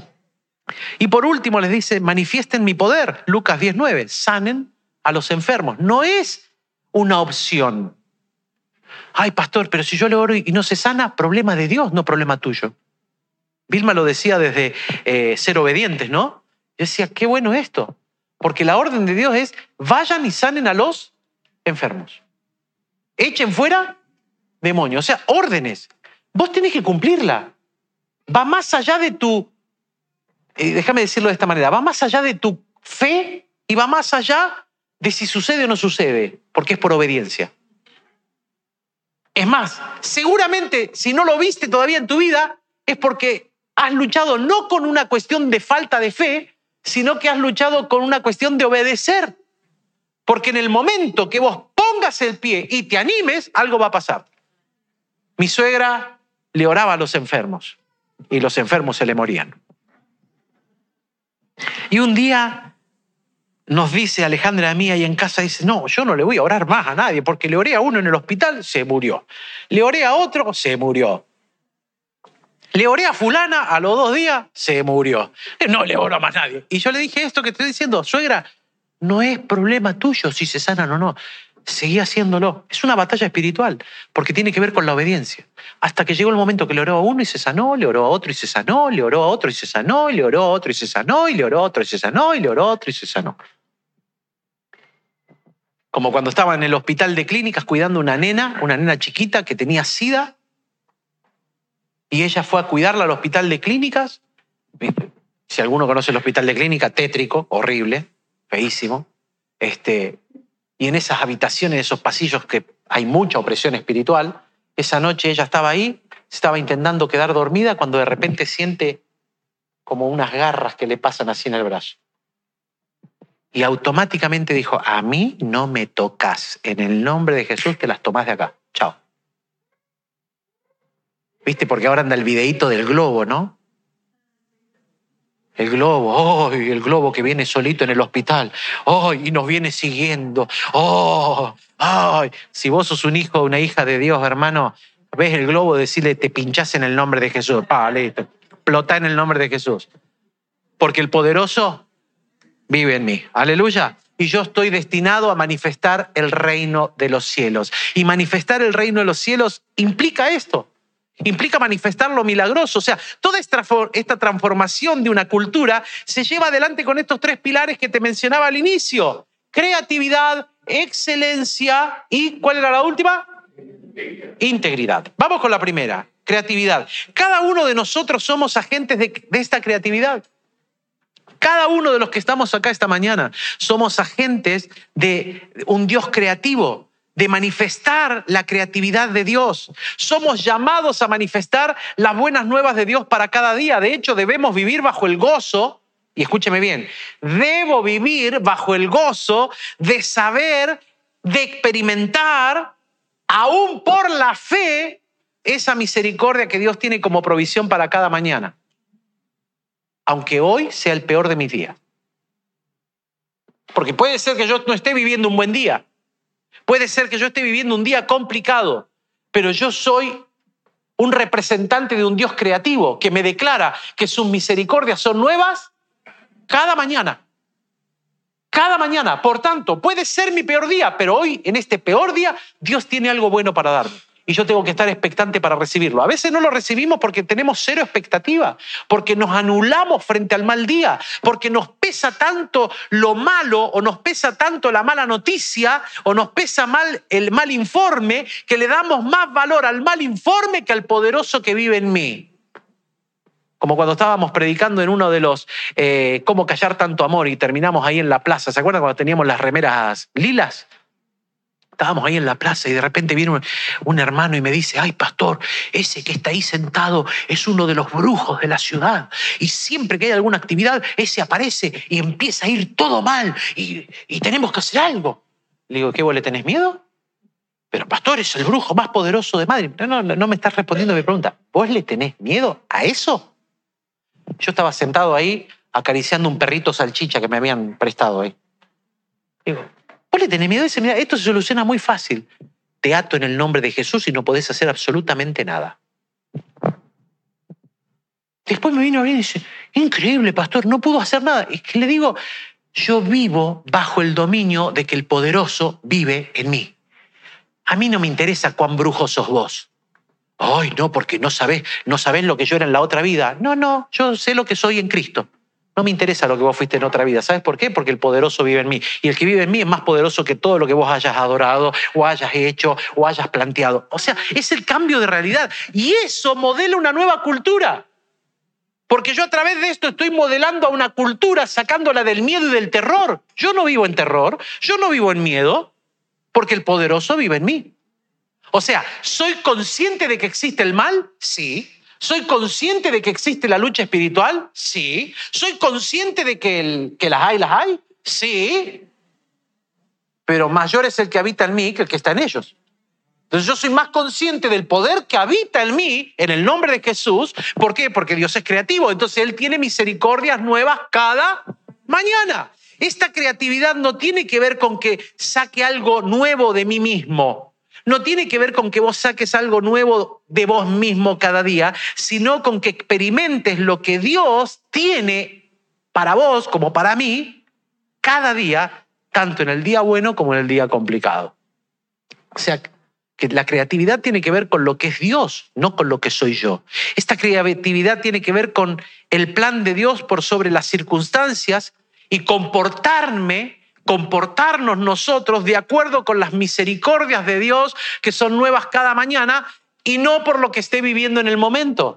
Y por último les dice, manifiesten mi poder, Lucas 19, sanen a los enfermos. No es una opción. Ay, pastor, pero si yo le oro y no se sana, problema de Dios, no problema tuyo. Vilma lo decía desde ser obedientes, ¿no? Yo decía, qué bueno esto, porque la orden de Dios es, vayan y sanen a los enfermos. Echen fuera demonios, o sea, órdenes. Vos tenés que cumplirla. Va más allá de tu, déjame decirlo de esta manera, va más allá de tu fe y va más allá de si sucede o no sucede, porque es por obediencia. Es más, seguramente si no lo viste todavía en tu vida, es porque has luchado no con una cuestión de falta de fe, sino que has luchado con una cuestión de obedecer. Porque en el momento que vos pongas el pie y te animes, algo va a pasar. Mi suegra le oraba a los enfermos y los enfermos se le morían. Y un día nos dice Alejandra a mí ahí en casa, dice, no, yo no le voy a orar más a nadie, porque le oré a uno en el hospital, se murió. Le oré a otro, se murió. Le oré a fulana, a los 2 días, se murió. No le oro a más nadie. Y yo le dije esto que estoy diciendo, suegra, no es problema tuyo si se sanan o no. Seguí haciéndolo. Es una batalla espiritual, porque tiene que ver con la obediencia. Hasta que llegó el momento que le oró a uno y se sanó, le oró a otro y se sanó, le oró a otro y se sanó, le oró a otro y se sanó, y le oró a otro y se sanó, y le oró a otro y se sanó. Como cuando estaba en el hospital de clínicas cuidando una nena chiquita que tenía SIDA, y ella fue a cuidarla al hospital de clínicas. Si alguno conoce el hospital de clínicas, tétrico, horrible, feísimo. Y en esas habitaciones, esos pasillos que hay mucha opresión espiritual, esa noche ella estaba ahí, estaba intentando quedar dormida cuando de repente siente como unas garras que le pasan así en el brazo. Y automáticamente dijo, a mí no me tocas, en el nombre de Jesús te las tomás de acá. Chao. ¿Viste? Porque ahora anda el videíto del globo, ¿no? El globo, ¡ay! El globo que viene solito en el hospital, ¡ay! Y nos viene siguiendo, ¡oh! ¡Ay! Si vos sos un hijo o una hija de Dios, hermano, ves el globo, decirle, te pinchás en el nombre de Jesús. Listo. Explotá en el nombre de Jesús. Porque el poderoso vive en mí. Aleluya. Y yo estoy destinado a manifestar el reino de los cielos. Y manifestar el reino de los cielos implica esto. Implica manifestar lo milagroso. O sea, toda esta transformación de una cultura se lleva adelante con estos 3 pilares que te mencionaba al inicio. Creatividad, excelencia y, ¿cuál era la última? Integridad. Vamos con la primera, creatividad. Cada uno de nosotros somos agentes de esta creatividad. Cada uno de los que estamos acá esta mañana somos agentes de un Dios creativo. de manifestar la creatividad de Dios. Somos llamados a manifestar las buenas nuevas de Dios para cada día. De hecho, debemos vivir bajo el gozo, y escúcheme bien, debo vivir bajo el gozo de saber, de experimentar, aún por la fe, esa misericordia que Dios tiene como provisión para cada mañana. Aunque hoy sea el peor de mis días. Porque puede ser que yo no esté viviendo un buen día. Puede ser que yo esté viviendo un día complicado, pero yo soy un representante de un Dios creativo que me declara que sus misericordias son nuevas cada mañana. Cada mañana. Por tanto, puede ser mi peor día, pero hoy, en este peor día, Dios tiene algo bueno para darme. Y yo tengo que estar expectante para recibirlo. A veces no lo recibimos porque tenemos cero expectativa, porque nos anulamos frente al mal día, porque nos pesa tanto lo malo o nos pesa tanto la mala noticia o nos pesa el mal informe que le damos más valor al mal informe que al poderoso que vive en mí. Como cuando estábamos predicando en uno de los cómo callar tanto amor y terminamos ahí en la plaza. ¿Se acuerdan cuando teníamos las remeras lilas? Estábamos ahí en la plaza y de repente viene un hermano y me dice: ay, pastor, ese que está ahí sentado es uno de los brujos de la ciudad. Y siempre que hay alguna actividad, ese aparece y empieza a ir todo mal y tenemos que hacer algo. Le digo: ¿qué, vos le tenés miedo? Pero pastor, es el brujo más poderoso de Madrid. No me estás respondiendo a mi pregunta. ¿Vos le tenés miedo a eso? Yo estaba sentado ahí acariciando un perrito salchicha que me habían prestado ahí. Digo: ¿vos le tenés miedo? Dice: mira, esto se soluciona muy fácil. Te ato en el nombre de Jesús y no podés hacer absolutamente nada. Después me vino a ver y dice: increíble, pastor, no pudo hacer nada. Y le digo: yo vivo bajo el dominio de que el poderoso vive en mí. A mí no me interesa cuán brujo sos vos. Ay, no, porque no sabés lo que yo era en la otra vida. No, yo sé lo que soy en Cristo. No me interesa lo que vos fuiste en otra vida. ¿Sabes por qué? Porque el poderoso vive en mí. Y el que vive en mí es más poderoso que todo lo que vos hayas adorado o hayas hecho o hayas planteado. O sea, es el cambio de realidad. Y eso modela una nueva cultura. Porque yo a través de esto estoy modelando a una cultura sacándola del miedo y del terror. Yo no vivo en terror, yo no vivo en miedo, porque el poderoso vive en mí. O sea, ¿soy consciente de que existe el mal? Sí. ¿Soy consciente de que existe la lucha espiritual? Sí. ¿Soy consciente de que las hay? Sí. Pero mayor es el que habita en mí que el que está en ellos. Entonces yo soy más consciente del poder que habita en mí, en el nombre de Jesús. ¿Por qué? Porque Dios es creativo. Entonces Él tiene misericordias nuevas cada mañana. Esta creatividad no tiene que ver con que saque algo nuevo de mí mismo. No tiene que ver con que vos saques algo nuevo de vos mismo cada día, sino con que experimentes lo que Dios tiene para vos como para mí cada día, tanto en el día bueno como en el día complicado. O sea, que la creatividad tiene que ver con lo que es Dios, no con lo que soy yo. Esta creatividad tiene que ver con el plan de Dios por sobre las circunstancias y comportarnos nosotros de acuerdo con las misericordias de Dios que son nuevas cada mañana y no por lo que esté viviendo en el momento.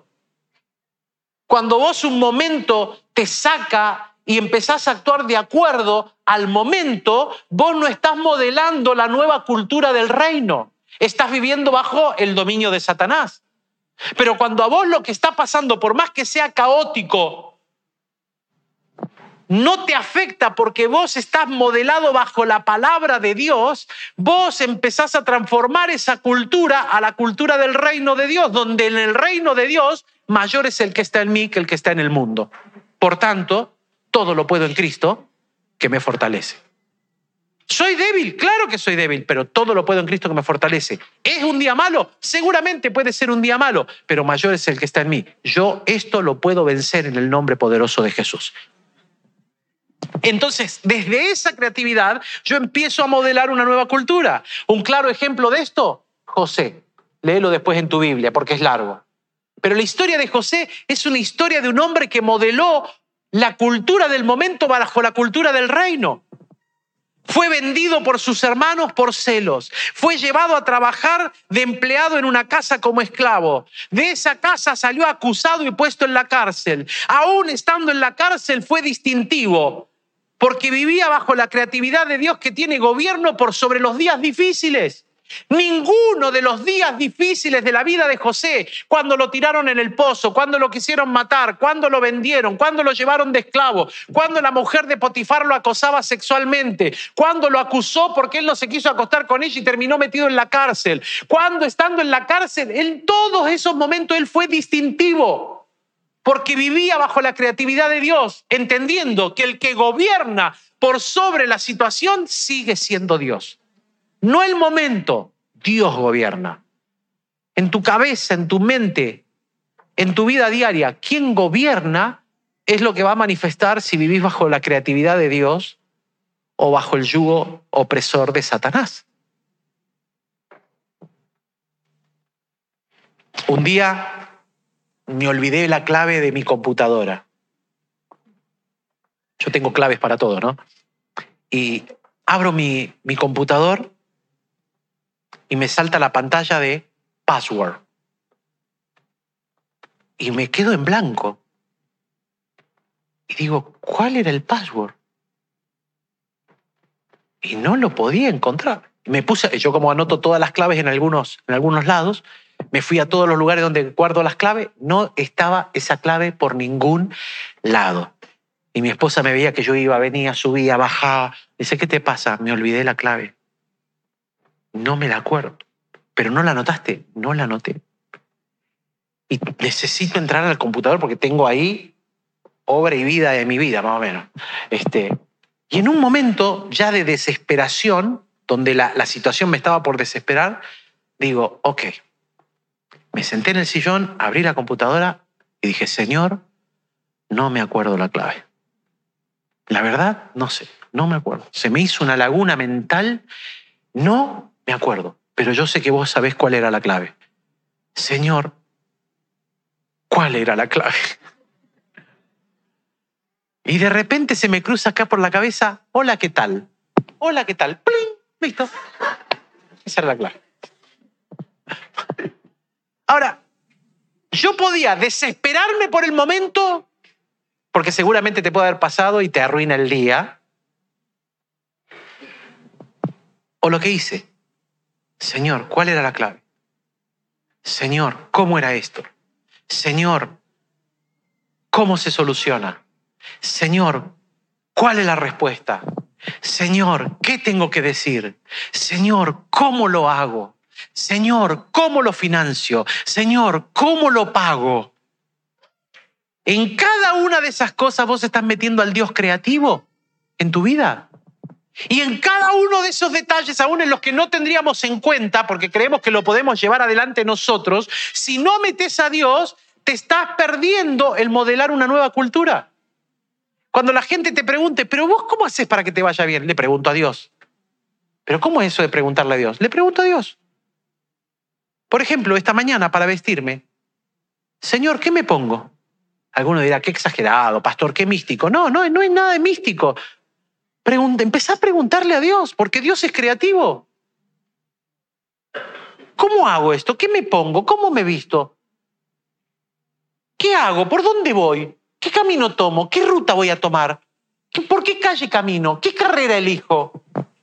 Cuando vos un momento te saca y empezás a actuar de acuerdo al momento, vos no estás modelando la nueva cultura del reino. Estás viviendo bajo el dominio de Satanás. Pero cuando a vos lo que está pasando, por más que sea caótico, no te afecta porque vos estás modelado bajo la palabra de Dios, vos empezás a transformar esa cultura a la cultura del reino de Dios, donde en el reino de Dios mayor es el que está en mí que el que está en el mundo. Por tanto, todo lo puedo en Cristo que me fortalece. Soy débil, claro que soy débil, pero todo lo puedo en Cristo que me fortalece. ¿Es un día malo? Seguramente puede ser un día malo, pero mayor es el que está en mí. Yo esto lo puedo vencer en el nombre poderoso de Jesús. Entonces, desde esa creatividad, yo empiezo a modelar una nueva cultura. Un claro ejemplo de esto, José. Léelo después en tu Biblia, porque es largo. Pero la historia de José es una historia de un hombre que modeló la cultura del momento bajo la cultura del reino. Fue vendido por sus hermanos por celos. Fue llevado a trabajar de empleado en una casa como esclavo. De esa casa salió acusado y puesto en la cárcel. Aún estando en la cárcel fue distintivo, porque vivía bajo la creatividad de Dios que tiene gobierno por sobre los días difíciles. Ninguno de los días difíciles de la vida de José, cuando lo tiraron en el pozo, cuando lo quisieron matar, cuando lo vendieron, cuando lo llevaron de esclavo, cuando la mujer de Potifar lo acosaba sexualmente, cuando lo acusó porque él no se quiso acostar con ella y terminó metido en la cárcel, cuando estando en la cárcel, en todos esos momentos él fue distintivo porque vivía bajo la creatividad de Dios, entendiendo que el que gobierna por sobre la situación sigue siendo Dios. No el momento, Dios gobierna. En tu cabeza, en tu mente, en tu vida diaria, quien gobierna es lo que va a manifestar si vivís bajo la creatividad de Dios o bajo el yugo opresor de Satanás. Un día me olvidé la clave de mi computadora. Yo tengo claves para todo, ¿no? Y abro mi computador y me salta la pantalla de password. Y me quedo en blanco. Y digo, ¿cuál era el password? Y no lo podía encontrar. Me puse, yo como anoto todas las claves en algunos lados, me fui a todos los lugares donde guardo las claves, no estaba esa clave por ningún lado. Y mi esposa me veía que yo iba, venía, subía, bajaba. Dice, ¿qué te pasa? Me olvidé la clave. No me la acuerdo. ¿Pero no la anotaste? No la anoté. Y necesito entrar al computador porque tengo ahí obra y vida de mi vida, más o menos. Y en un momento ya de desesperación, donde la situación me estaba por desesperar, digo, ok. Me senté en el sillón, abrí la computadora y dije, Señor, no me acuerdo la clave. La verdad, no sé, no me acuerdo. Se me hizo una laguna mental, no me acuerdo, pero yo sé que vos sabés cuál era la clave. Señor, ¿cuál era la clave? Y de repente se me cruza acá por la cabeza, hola, ¿qué tal? Hola, ¿qué tal? ¡Pling! Listo. Esa era la clave. Ahora, yo podía desesperarme por el momento, porque seguramente te puede haber pasado y te arruina el día. O lo que hice, Señor, ¿cuál era la clave? Señor, ¿cómo era esto? Señor, ¿cómo se soluciona? Señor, ¿cuál es la respuesta? Señor, ¿qué tengo que decir? Señor, ¿cómo lo hago? Señor, ¿cómo lo financio? Señor, ¿cómo lo pago? En cada una de esas cosas vos estás metiendo al Dios creativo en tu vida. Y en cada uno de esos detalles, aún en los que no tendríamos en cuenta, porque creemos que lo podemos llevar adelante nosotros, si no metes a Dios, te estás perdiendo el modelar una nueva cultura. Cuando la gente te pregunte, ¿pero vos cómo haces para que te vaya bien? Le pregunto a Dios. ¿Pero cómo es eso de preguntarle a Dios? Le pregunto a Dios. Por ejemplo, esta mañana para vestirme, Señor, ¿qué me pongo? Alguno dirá, qué exagerado, pastor, qué místico. No es nada de místico. Empezá a preguntarle a Dios, porque Dios es creativo. ¿Cómo hago esto? ¿Qué me pongo? ¿Cómo me visto? ¿Qué hago? ¿Por dónde voy? ¿Qué camino tomo? ¿Qué ruta voy a tomar? ¿Por qué calle camino? ¿Qué carrera elijo?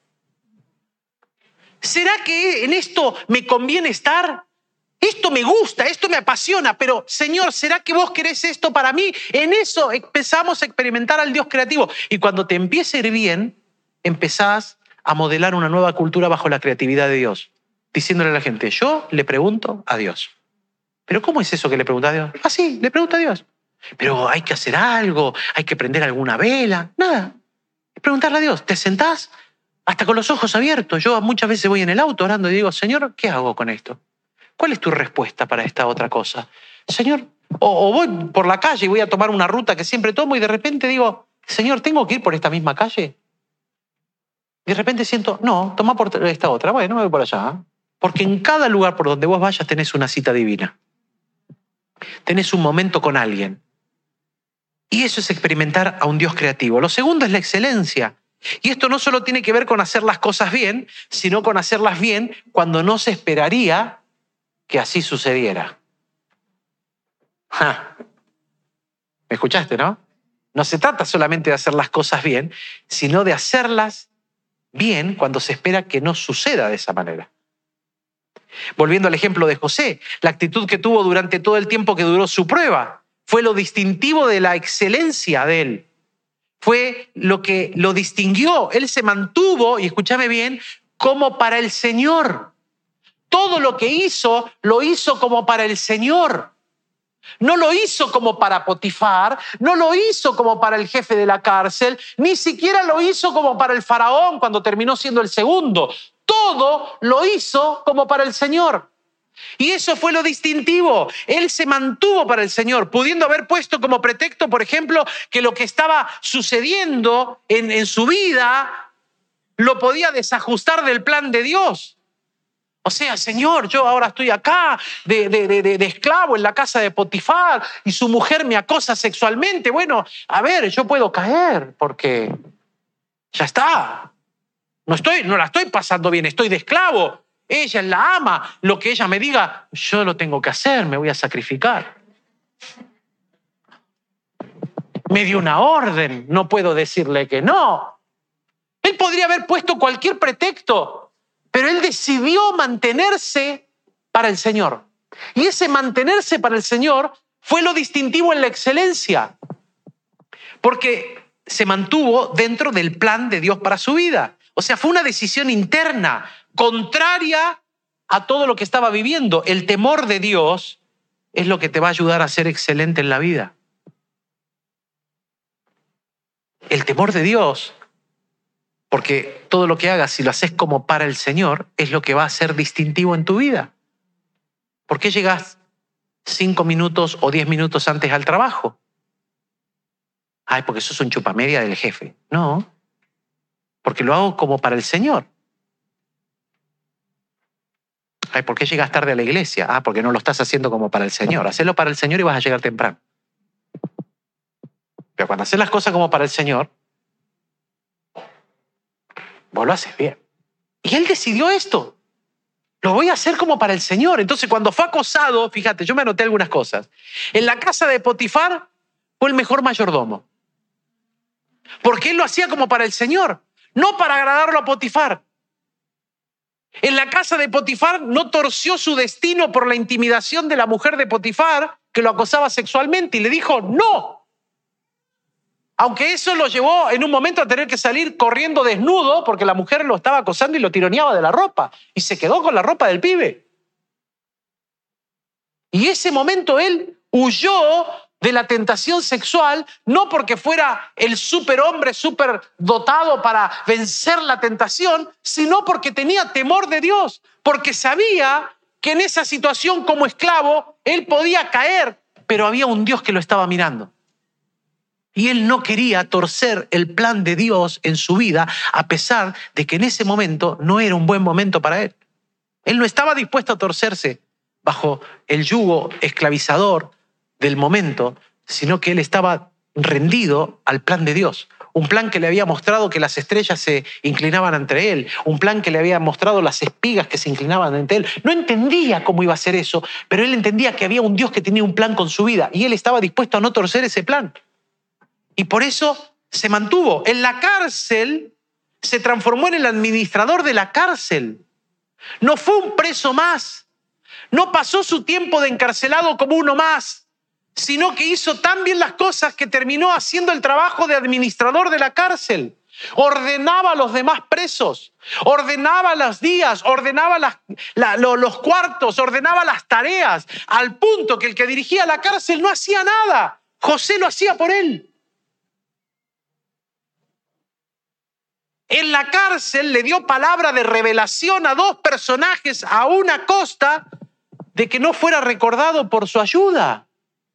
¿Será que en esto me conviene estar? Esto me gusta, esto me apasiona, pero Señor, ¿será que vos querés esto para mí? En eso empezamos a experimentar al Dios creativo. Y cuando te empiece a ir bien, empezás a modelar una nueva cultura bajo la creatividad de Dios, diciéndole a la gente, yo le pregunto a Dios. ¿Pero cómo es eso que le pregunta a Dios? Ah, sí, le pregunto a Dios. Pero hay que hacer algo, hay que prender alguna vela. Nada, es preguntarle a Dios. Te sentás hasta con los ojos abiertos. Yo muchas veces voy en el auto orando y digo, Señor, ¿qué hago con esto? ¿Cuál es tu respuesta para esta otra cosa? Señor, o voy por la calle y voy a tomar una ruta que siempre tomo y de repente digo, Señor, ¿tengo que ir por esta misma calle? Y de repente siento, no, toma por esta otra. Bueno, me voy por allá. Porque en cada lugar por donde vos vayas tenés una cita divina. Tenés un momento con alguien. Y eso es experimentar a un Dios creativo. Lo segundo es la excelencia. Y esto no solo tiene que ver con hacer las cosas bien, sino con hacerlas bien cuando no se esperaría que así sucediera. ¡Ja! ¿Me escuchaste, no? No se trata solamente de hacer las cosas bien, sino de hacerlas bien cuando se espera que no suceda de esa manera. Volviendo al ejemplo de José, la actitud que tuvo durante todo el tiempo que duró su prueba fue lo distintivo de la excelencia de él. Fue lo que lo distinguió. Él se mantuvo, y escúchame bien, como para el Señor. Todo lo que hizo, lo hizo como para el Señor. No lo hizo como para Potifar, no lo hizo como para el jefe de la cárcel, ni siquiera lo hizo como para el faraón cuando terminó siendo el segundo. Todo lo hizo como para el Señor. Y eso fue lo distintivo. Él se mantuvo para el Señor, pudiendo haber puesto como pretexto, por ejemplo, que lo que estaba sucediendo en su vida lo podía desajustar del plan de Dios. O sea, Señor, yo ahora estoy acá de esclavo en la casa de Potifar y su mujer me acosa sexualmente. Bueno, a ver, yo puedo caer porque ya está. No la estoy pasando bien, estoy de esclavo. Ella es la ama. Lo que ella me diga, yo lo tengo que hacer, me voy a sacrificar. Me dio una orden, no puedo decirle que no. Él podría haber puesto cualquier pretexto, pero él decidió mantenerse para el Señor. Y ese mantenerse para el Señor fue lo distintivo en la excelencia, porque se mantuvo dentro del plan de Dios para su vida. O sea, fue una decisión interna, contraria a todo lo que estaba viviendo. El temor de Dios es lo que te va a ayudar a ser excelente en la vida. El temor de Dios, porque todo lo que hagas, si lo haces como para el Señor, es lo que va a ser distintivo en tu vida. ¿Por qué llegas 5 minutos o 10 minutos antes al trabajo? Ay, porque sos un chupamedia del jefe. No, porque lo hago como para el Señor. Ay, ¿por qué llegas tarde a la iglesia? Ah, porque no lo estás haciendo como para el Señor. Hacelo para el Señor y vas a llegar temprano. Pero cuando haces las cosas como para el Señor, vos lo haces bien. Y él decidió esto. Lo voy a hacer como para el Señor. Entonces, cuando fue acosado, fíjate, yo me anoté algunas cosas. En la casa de Potifar fue el mejor mayordomo. Porque él lo hacía como para el Señor, no para agradarlo a Potifar. En la casa de Potifar no torció su destino por la intimidación de la mujer de Potifar que lo acosaba sexualmente y le dijo no. Aunque eso lo llevó en un momento a tener que salir corriendo desnudo porque la mujer lo estaba acosando y lo tironeaba de la ropa y se quedó con la ropa del pibe. Y ese momento él huyó de la tentación sexual, no porque fuera el superhombre súper dotado para vencer la tentación, sino porque tenía temor de Dios, porque sabía que en esa situación como esclavo él podía caer, pero había un Dios que lo estaba mirando. Y él no quería torcer el plan de Dios en su vida, a pesar de que en ese momento no era un buen momento para él. Él no estaba dispuesto a torcerse bajo el yugo esclavizador del momento, sino que él estaba rendido al plan de Dios. Un plan que le había mostrado que las estrellas se inclinaban ante él. Un plan que le había mostrado las espigas que se inclinaban ante él. No entendía cómo iba a ser eso, pero él entendía que había un Dios que tenía un plan con su vida y él estaba dispuesto a no torcer ese plan. Y por eso se mantuvo. En la cárcel se transformó en el administrador de la cárcel. No fue un preso más. No pasó su tiempo de encarcelado como uno más, sino que hizo tan bien las cosas que terminó haciendo el trabajo de administrador de la cárcel. Ordenaba a los demás presos, ordenaba los días, ordenaba los cuartos, ordenaba las tareas, al punto que el que dirigía la cárcel no hacía nada. José lo hacía por él. En la cárcel le dio palabra de revelación a 2 personajes a una costa de que no fuera recordado por su ayuda.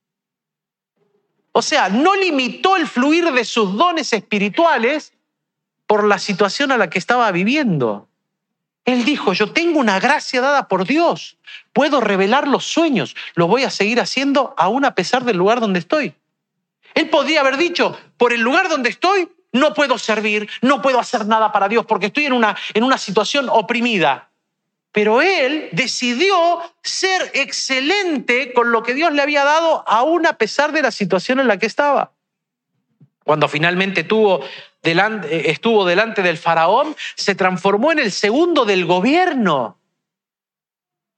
O sea, no limitó el fluir de sus dones espirituales por la situación a la que estaba viviendo. Él dijo, yo tengo una gracia dada por Dios, puedo revelar los sueños, lo voy a seguir haciendo aún a pesar del lugar donde estoy. Él podría haber dicho, por el lugar donde estoy, no puedo servir, no puedo hacer nada para Dios porque estoy en una situación oprimida. Pero él decidió ser excelente con lo que Dios le había dado, aún a pesar de la situación en la que estaba. Cuando finalmente estuvo delante del faraón, se transformó en el segundo del gobierno.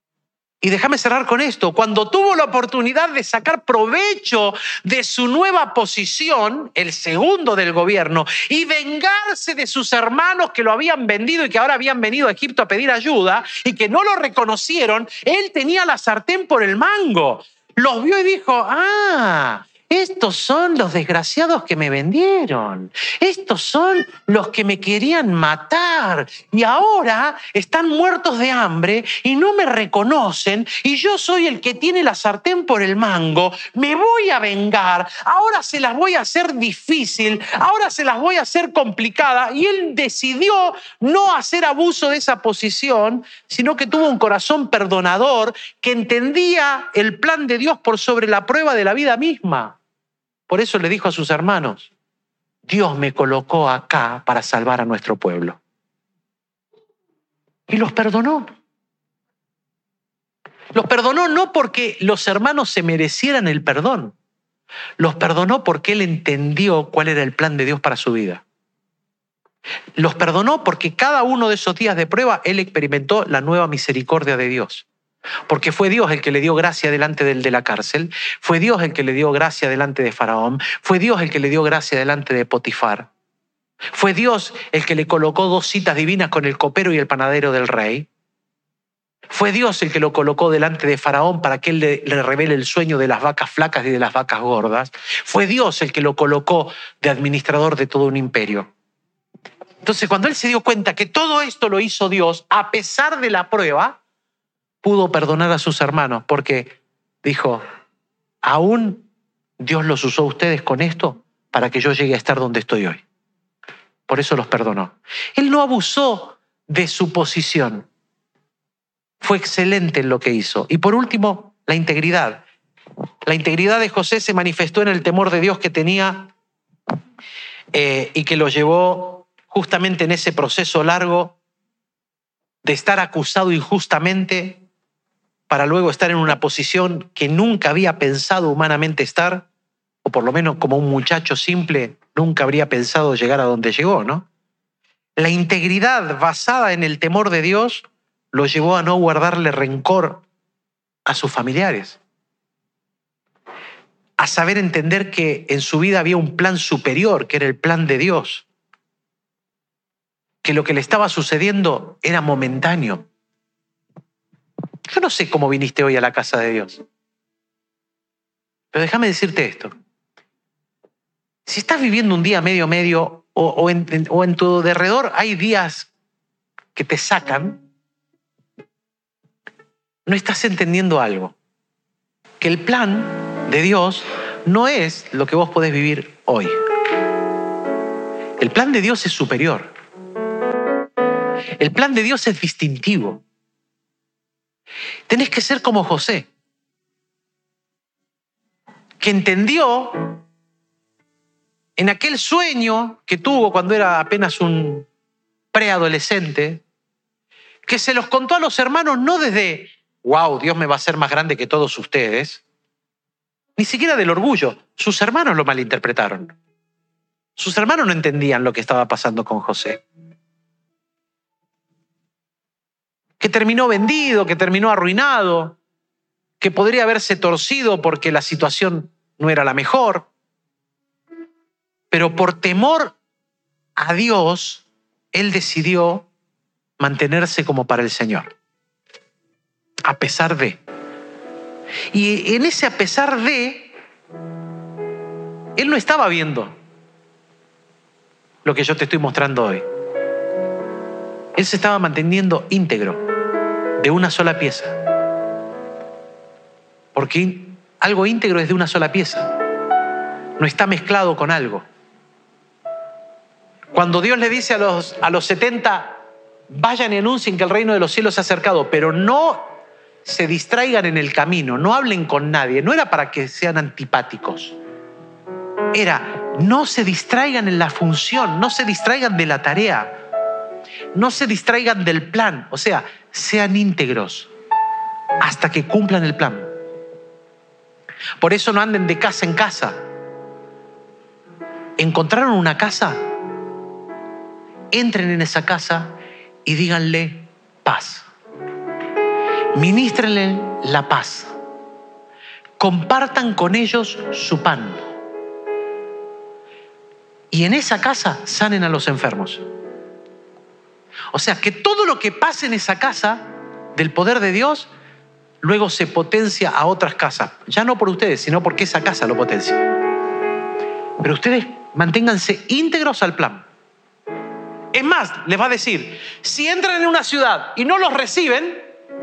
Y déjame cerrar con esto. Cuando tuvo la oportunidad de sacar provecho de su nueva posición, el segundo del gobierno, y vengarse de sus hermanos que lo habían vendido y que ahora habían venido a Egipto a pedir ayuda y que no lo reconocieron, él tenía la sartén por el mango. Los vio y dijo, estos son los desgraciados que me vendieron. Estos son los que me querían matar. Y ahora están muertos de hambre y no me reconocen. Y yo soy el que tiene la sartén por el mango. Me voy a vengar. Ahora se las voy a hacer difícil. Ahora se las voy a hacer complicada. Y él decidió no hacer abuso de esa posición, sino que tuvo un corazón perdonador que entendía el plan de Dios por sobre la prueba de la vida misma. Por eso le dijo a sus hermanos, Dios me colocó acá para salvar a nuestro pueblo. Y los perdonó. Los perdonó no porque los hermanos se merecieran el perdón. Los perdonó porque él entendió cuál era el plan de Dios para su vida. Los perdonó porque cada uno de esos días de prueba él experimentó la nueva misericordia de Dios. Porque fue Dios el que le dio gracia delante del de la cárcel, fue Dios el que le dio gracia delante de Faraón, fue Dios el que le dio gracia delante de Potifar, fue Dios el que le colocó 2 citas divinas con el copero y el panadero del rey, fue Dios el que lo colocó delante de Faraón para que él le revele el sueño de las vacas flacas y de las vacas gordas, fue Dios el que lo colocó de administrador de todo un imperio. Entonces, cuando él se dio cuenta que todo esto lo hizo Dios, a pesar de la prueba, pudo perdonar a sus hermanos porque dijo, aún Dios los usó a ustedes con esto para que yo llegue a estar donde estoy hoy. Por eso los perdonó. Él no abusó de su posición. Fue excelente en lo que hizo. Y por último, la integridad. La integridad de José se manifestó en el temor de Dios que tenía y que lo llevó justamente en ese proceso largo de estar acusado injustamente para luego estar en una posición que nunca había pensado humanamente estar, o por lo menos como un muchacho simple nunca habría pensado llegar a donde llegó, ¿no? La integridad basada en el temor de Dios lo llevó a no guardarle rencor a sus familiares, a saber entender que en su vida había un plan superior, que era el plan de Dios, que lo que le estaba sucediendo era momentáneo. Yo no sé cómo viniste hoy a la casa de Dios, pero déjame decirte esto. Si estás viviendo un día medio, o en tu derredor hay días que te sacan, no estás entendiendo algo. Que el plan de Dios no es lo que vos podés vivir hoy. El plan de Dios es superior. El plan de Dios es distintivo. Tenés que ser como José, que entendió en aquel sueño que tuvo cuando era apenas un preadolescente, que se los contó a los hermanos no desde, wow, Dios me va a hacer más grande que todos ustedes, ni siquiera del orgullo. Sus hermanos lo malinterpretaron. Sus hermanos no entendían lo que estaba pasando con José. Que terminó vendido, que terminó arruinado, que podría haberse torcido porque la situación no era la mejor. Pero por temor a Dios, él decidió mantenerse como para el Señor. A pesar de. Y en ese a pesar de, él no estaba viendo lo que yo te estoy mostrando hoy. Él se estaba manteniendo íntegro, de una sola pieza. Porque algo íntegro es de una sola pieza. No está mezclado con algo. Cuando Dios le dice a los 70, vayan y anuncien que el reino de los cielos se ha acercado, pero no se distraigan en el camino, no hablen con nadie. No era para que sean antipáticos. Era, no se distraigan en la función, no se distraigan de la tarea, no se distraigan del plan. O sea, sean íntegros hasta que cumplan el plan. Por eso no anden de casa en casa. ¿Encontraron una casa? Entren en esa casa y díganle paz. Ministrenle la paz. Compartan con ellos su pan. Y en esa casa sanen a los enfermos. O sea, que todo lo que pase en esa casa del poder de Dios, luego se potencia a otras casas. Ya no por ustedes, sino porque esa casa lo potencia. Pero ustedes manténganse íntegros al plan. Es más, les va a decir, si entran en una ciudad y no los reciben,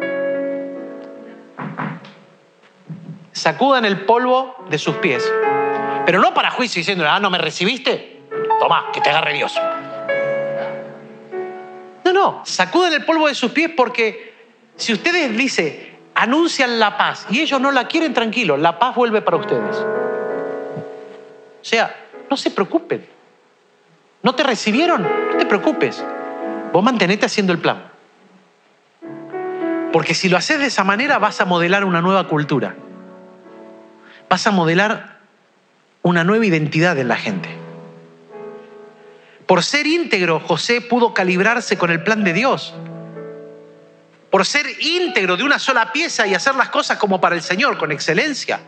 sacudan el polvo de sus pies. Pero no para juicio diciendo, ¿no me recibiste? Toma, que te agarre Dios. No, sacudan el polvo de sus pies, porque si ustedes dicen, anuncian la paz y ellos no la quieren, tranquilo, la paz vuelve para ustedes. O sea, no se preocupen. ¿No te recibieron? No te preocupes. Vos mantenete haciendo el plan. Porque si lo haces de esa manera, vas a modelar una nueva cultura. Vas a modelar una nueva identidad en la gente. Por ser íntegro, José pudo calibrarse con el plan de Dios. Por ser íntegro de una sola pieza y hacer las cosas como para el Señor, con excelencia.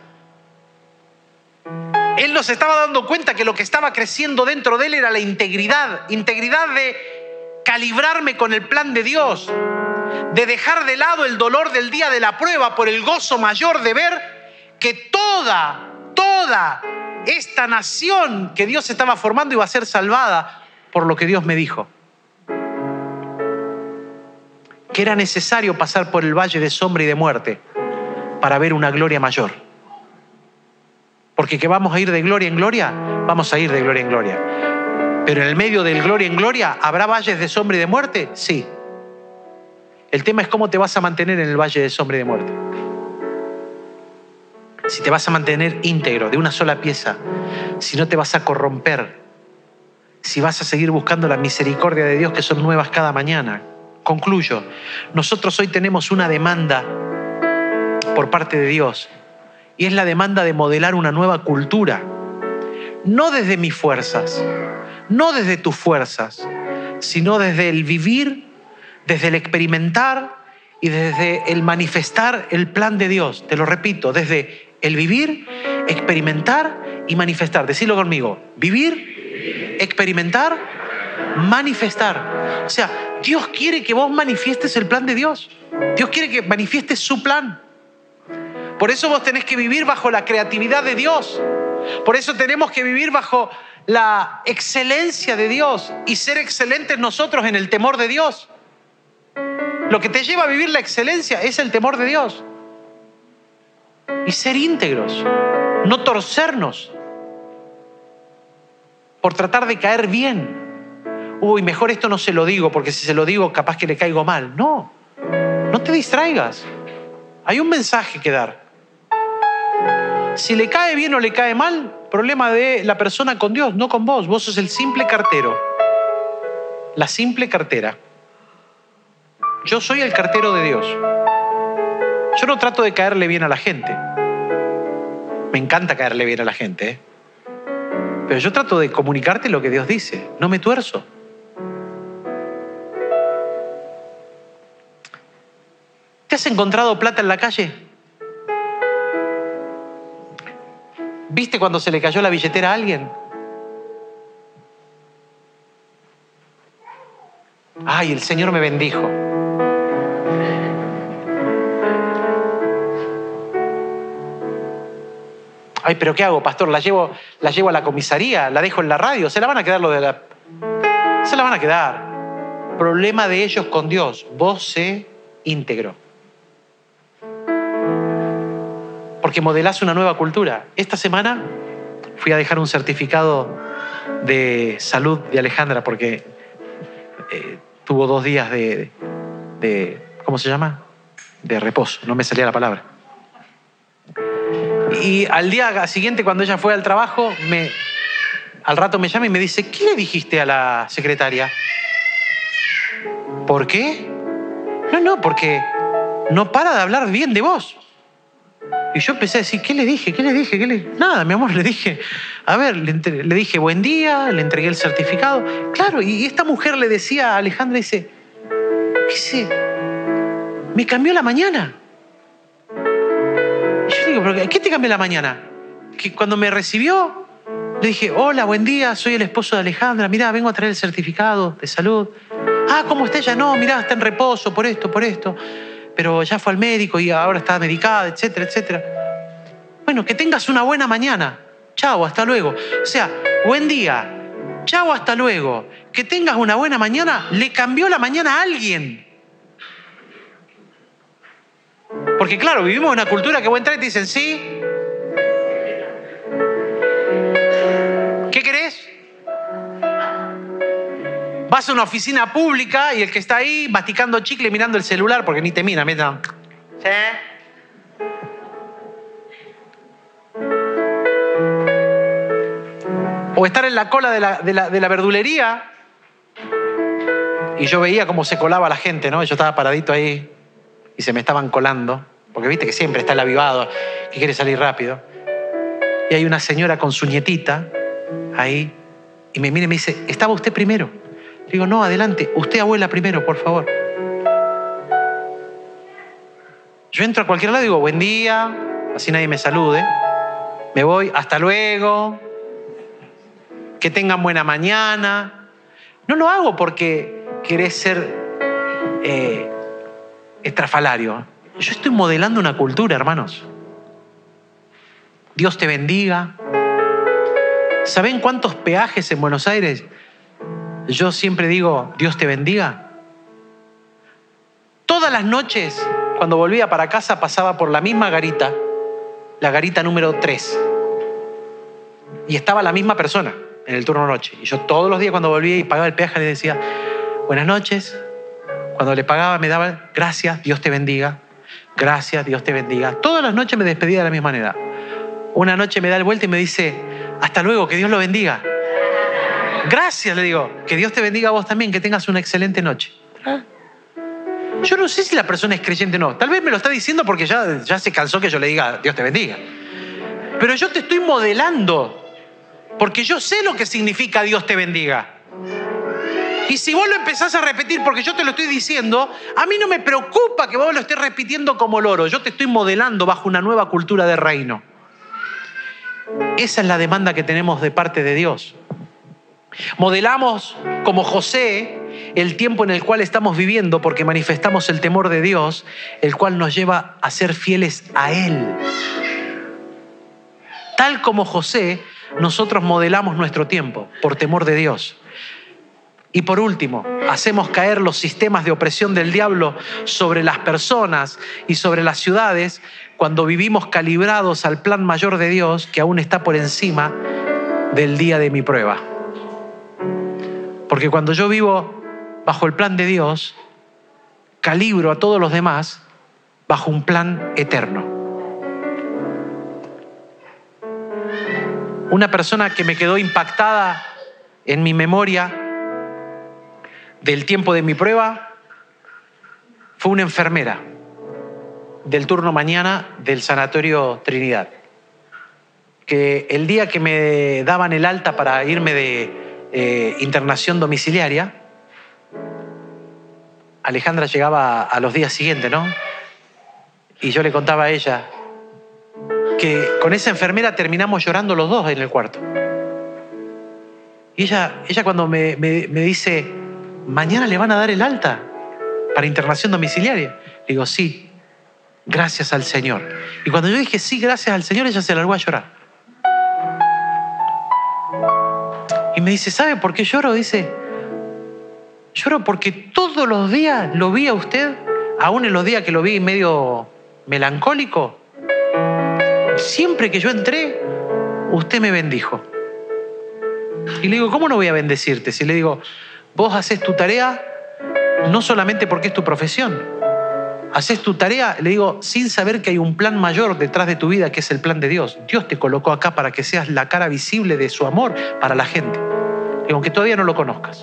Él nos estaba dando cuenta que lo que estaba creciendo dentro de él era la integridad. Integridad de calibrarme con el plan de Dios. De dejar de lado el dolor del día de la prueba por el gozo mayor de ver que toda esta nación que Dios estaba formando iba a ser salvada por lo que Dios me dijo. Que era necesario pasar por el valle de sombra y de muerte para ver una gloria mayor. Porque que vamos a ir de gloria en gloria, vamos a ir de gloria en gloria. Pero en el medio del gloria en gloria, ¿habrá valles de sombra y de muerte? Sí. El tema es cómo te vas a mantener en el valle de sombra y de muerte. Si te vas a mantener íntegro, de una sola pieza, si no te vas a corromper, si vas a seguir buscando la misericordia de Dios que son nuevas cada mañana. Concluyo, nosotros hoy tenemos una demanda por parte de Dios y es la demanda de modelar una nueva cultura. No desde mis fuerzas, no desde tus fuerzas, sino desde el vivir, desde el experimentar y desde el manifestar el plan de Dios. Te lo repito, desde el vivir, experimentar y manifestar. Decilo conmigo, vivir, experimentar, manifestar. O sea, Dios quiere que vos manifiestes el plan de Dios. Dios quiere que manifiestes su plan. Por eso vos tenés que vivir bajo la creatividad de Dios. Por eso tenemos que vivir bajo la excelencia de Dios y ser excelentes nosotros en el temor de Dios. Lo que te lleva a vivir la excelencia es el temor de Dios. Y ser íntegros, no torcernos por tratar de caer bien. Uy, mejor esto no se lo digo, porque si se lo digo capaz que le caigo mal. No te distraigas. Hay un mensaje que dar. Si le cae bien o le cae mal, problema de la persona con Dios, no con vos. Vos sos el simple cartero. La simple cartera. Yo soy el cartero de Dios. Yo no trato de caerle bien a la gente. Me encanta caerle bien a la gente, ¿eh? Pero yo trato de comunicarte lo que Dios dice. No me tuerzo. ¿Te has encontrado plata en la calle? ¿Viste cuando se le cayó la billetera a alguien? Ay, el Señor me bendijo. Ay, pero ¿qué hago, pastor? ¿La llevo a la comisaría? ¿La dejo en la radio? Se la van a quedar Se la van a quedar. Problema de ellos con Dios. Vos sé íntegro. Porque modelás una nueva cultura. Esta semana fui a dejar un certificado de salud de Alejandra porque tuvo 2 días de ¿cómo se llama? De reposo. No me salía la palabra. Y al día siguiente, cuando ella fue al trabajo, al rato me llama y me dice, ¿qué le dijiste a la secretaria? ¿Por qué? No, porque no para de hablar bien de vos. Y yo empecé a decir, ¿qué le dije? Nada, mi amor, le dije, a ver, le dije buen día, le entregué el certificado. Claro, y esta mujer le decía a Alejandra, dice, Me cambió la mañana. Y yo digo, ¿pero qué te cambió la mañana? Que cuando me recibió, le dije, hola, buen día, soy el esposo de Alejandra. Mirá, vengo a traer el certificado de salud. Ah, ¿cómo está ella? No, mirá, está en reposo por esto. Pero ya fue al médico y ahora está medicada, etcétera, etcétera. Bueno, que tengas una buena mañana. Chao, hasta luego. O sea, buen día. Chao, hasta luego. Que tengas una buena mañana. Le cambió la mañana a alguien. Porque claro, vivimos en una cultura que vos entras y te dicen, sí. ¿Qué querés? Vas a una oficina pública y el que está ahí masticando chicle mirando el celular porque ni te mira. ¿Sí? O estar en la cola de la verdulería y yo veía cómo se colaba la gente, ¿no? Yo estaba paradito ahí y se me estaban colando, porque viste que siempre está el avivado que quiere salir rápido. Y hay una señora con su nietita ahí y me mira y me dice, ¿estaba usted primero? Le digo, no, adelante, usted abuela primero, por favor. Yo entro a cualquier lado y digo, buen día, así nadie me salude. Me voy, hasta luego. Que tengan buena mañana. No lo hago porque querés ser estrafalario. Yo estoy modelando una cultura, hermanos. Dios te bendiga. ¿Saben cuántos peajes en Buenos Aires? Yo siempre digo, Dios te bendiga. Todas las noches, cuando volvía para casa, pasaba por la misma garita, la garita número 3. Y estaba la misma persona en el turno noche. Y yo todos los días cuando volvía y pagaba el peaje le decía, buenas noches. Cuando le pagaba me daba, gracias, Dios te bendiga. Gracias, Dios te bendiga. Todas las noches me despedía de la misma manera. Una noche me da el vuelta y me dice, hasta luego, que Dios lo bendiga. Gracias, le digo, que Dios te bendiga a vos también, que tengas una excelente noche. Yo no sé si la persona es creyente o no. Tal vez me lo está diciendo porque ya se cansó que yo le diga Dios te bendiga. Pero yo te estoy modelando porque yo sé lo que significa Dios te bendiga. Y si vos lo empezás a repetir porque yo te lo estoy diciendo, a mí no me preocupa que vos lo estés repitiendo como loro. Yo te estoy modelando bajo una nueva cultura de reino. Esa es la demanda que tenemos de parte de Dios. Modelamos como José el tiempo en el cual estamos viviendo porque manifestamos el temor de Dios, el cual nos lleva a ser fieles a Él. Tal como José, nosotros modelamos nuestro tiempo por temor de Dios. Y por último, hacemos caer los sistemas de opresión del diablo sobre las personas y sobre las ciudades cuando vivimos calibrados al plan mayor de Dios que aún está por encima del día de mi prueba. Porque cuando yo vivo bajo el plan de Dios, calibro a todos los demás bajo un plan eterno. Una persona que me quedó impactada en mi memoria del tiempo de mi prueba fue una enfermera del turno mañana del Sanatorio Trinidad, que el día que me daban el alta para irme de internación domiciliaria, Alejandra llegaba a los días siguientes, ¿no? Y yo le contaba a ella que con esa enfermera terminamos llorando los dos en el cuarto. Y ella cuando me dice, ¿mañana le van a dar el alta para internación domiciliaria? Le digo, sí, gracias al Señor. Y cuando yo dije, sí, gracias al Señor, ella se largó a llorar. Y me dice, ¿sabe por qué lloro? Dice, lloro porque todos los días lo vi a usted, aún en los días que lo vi medio melancólico, siempre que yo entré, usted me bendijo. Y le digo, ¿cómo no voy a bendecirte? Si le digo, vos haces tu tarea no solamente porque es tu profesión, haces tu tarea, le digo, sin saber que hay un plan mayor detrás de tu vida, que es el plan de Dios. Dios te colocó acá para que seas la cara visible de su amor para la gente. Y aunque todavía no lo conozcas.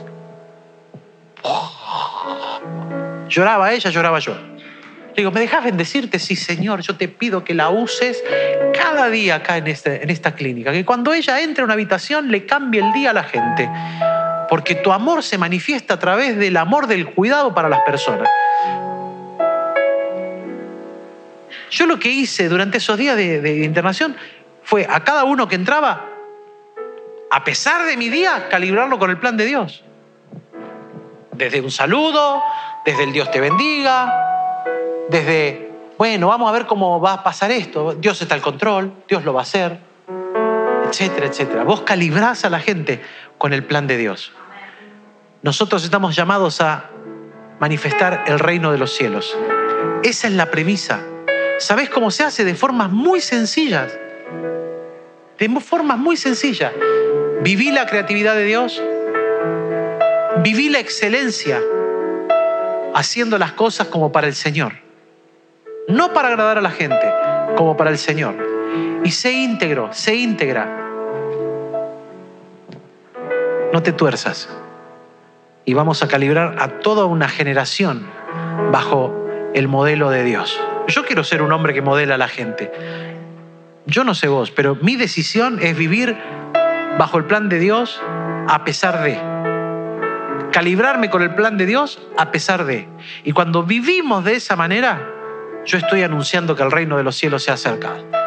Lloraba ella, lloraba yo. Le digo, ¿me dejás bendecirte? Sí, Señor, yo te pido que la uses cada día acá en esta clínica. Que cuando ella entre a una habitación le cambie el día a la gente. Porque tu amor se manifiesta a través del amor del cuidado para las personas. Yo lo que hice durante esos días de internación fue a cada uno que entraba, a pesar de mi día, calibrarlo con el plan de Dios. Desde un saludo, desde el Dios te bendiga, desde, bueno, vamos a ver cómo va a pasar esto. Dios está al control, Dios lo va a hacer, etcétera, etcétera. Vos calibrás a la gente con el plan de Dios. Nosotros estamos llamados a manifestar el reino de los cielos. Esa es la premisa. ¿Sabés cómo se hace? De formas muy sencillas. De formas muy sencillas. Viví la creatividad de Dios. Viví la excelencia haciendo las cosas como para el Señor. No para agradar a la gente, como para el Señor. Y sé íntegro, sé íntegra. No te tuerzas. Y vamos a calibrar a toda una generación bajo el modelo de Dios. Yo quiero ser un hombre que modela a la gente. Yo no sé vos, pero mi decisión es vivir bajo el plan de Dios a pesar de. Calibrarme con el plan de Dios a pesar de. Y cuando vivimos de esa manera, yo estoy anunciando que el reino de los cielos se ha acercado.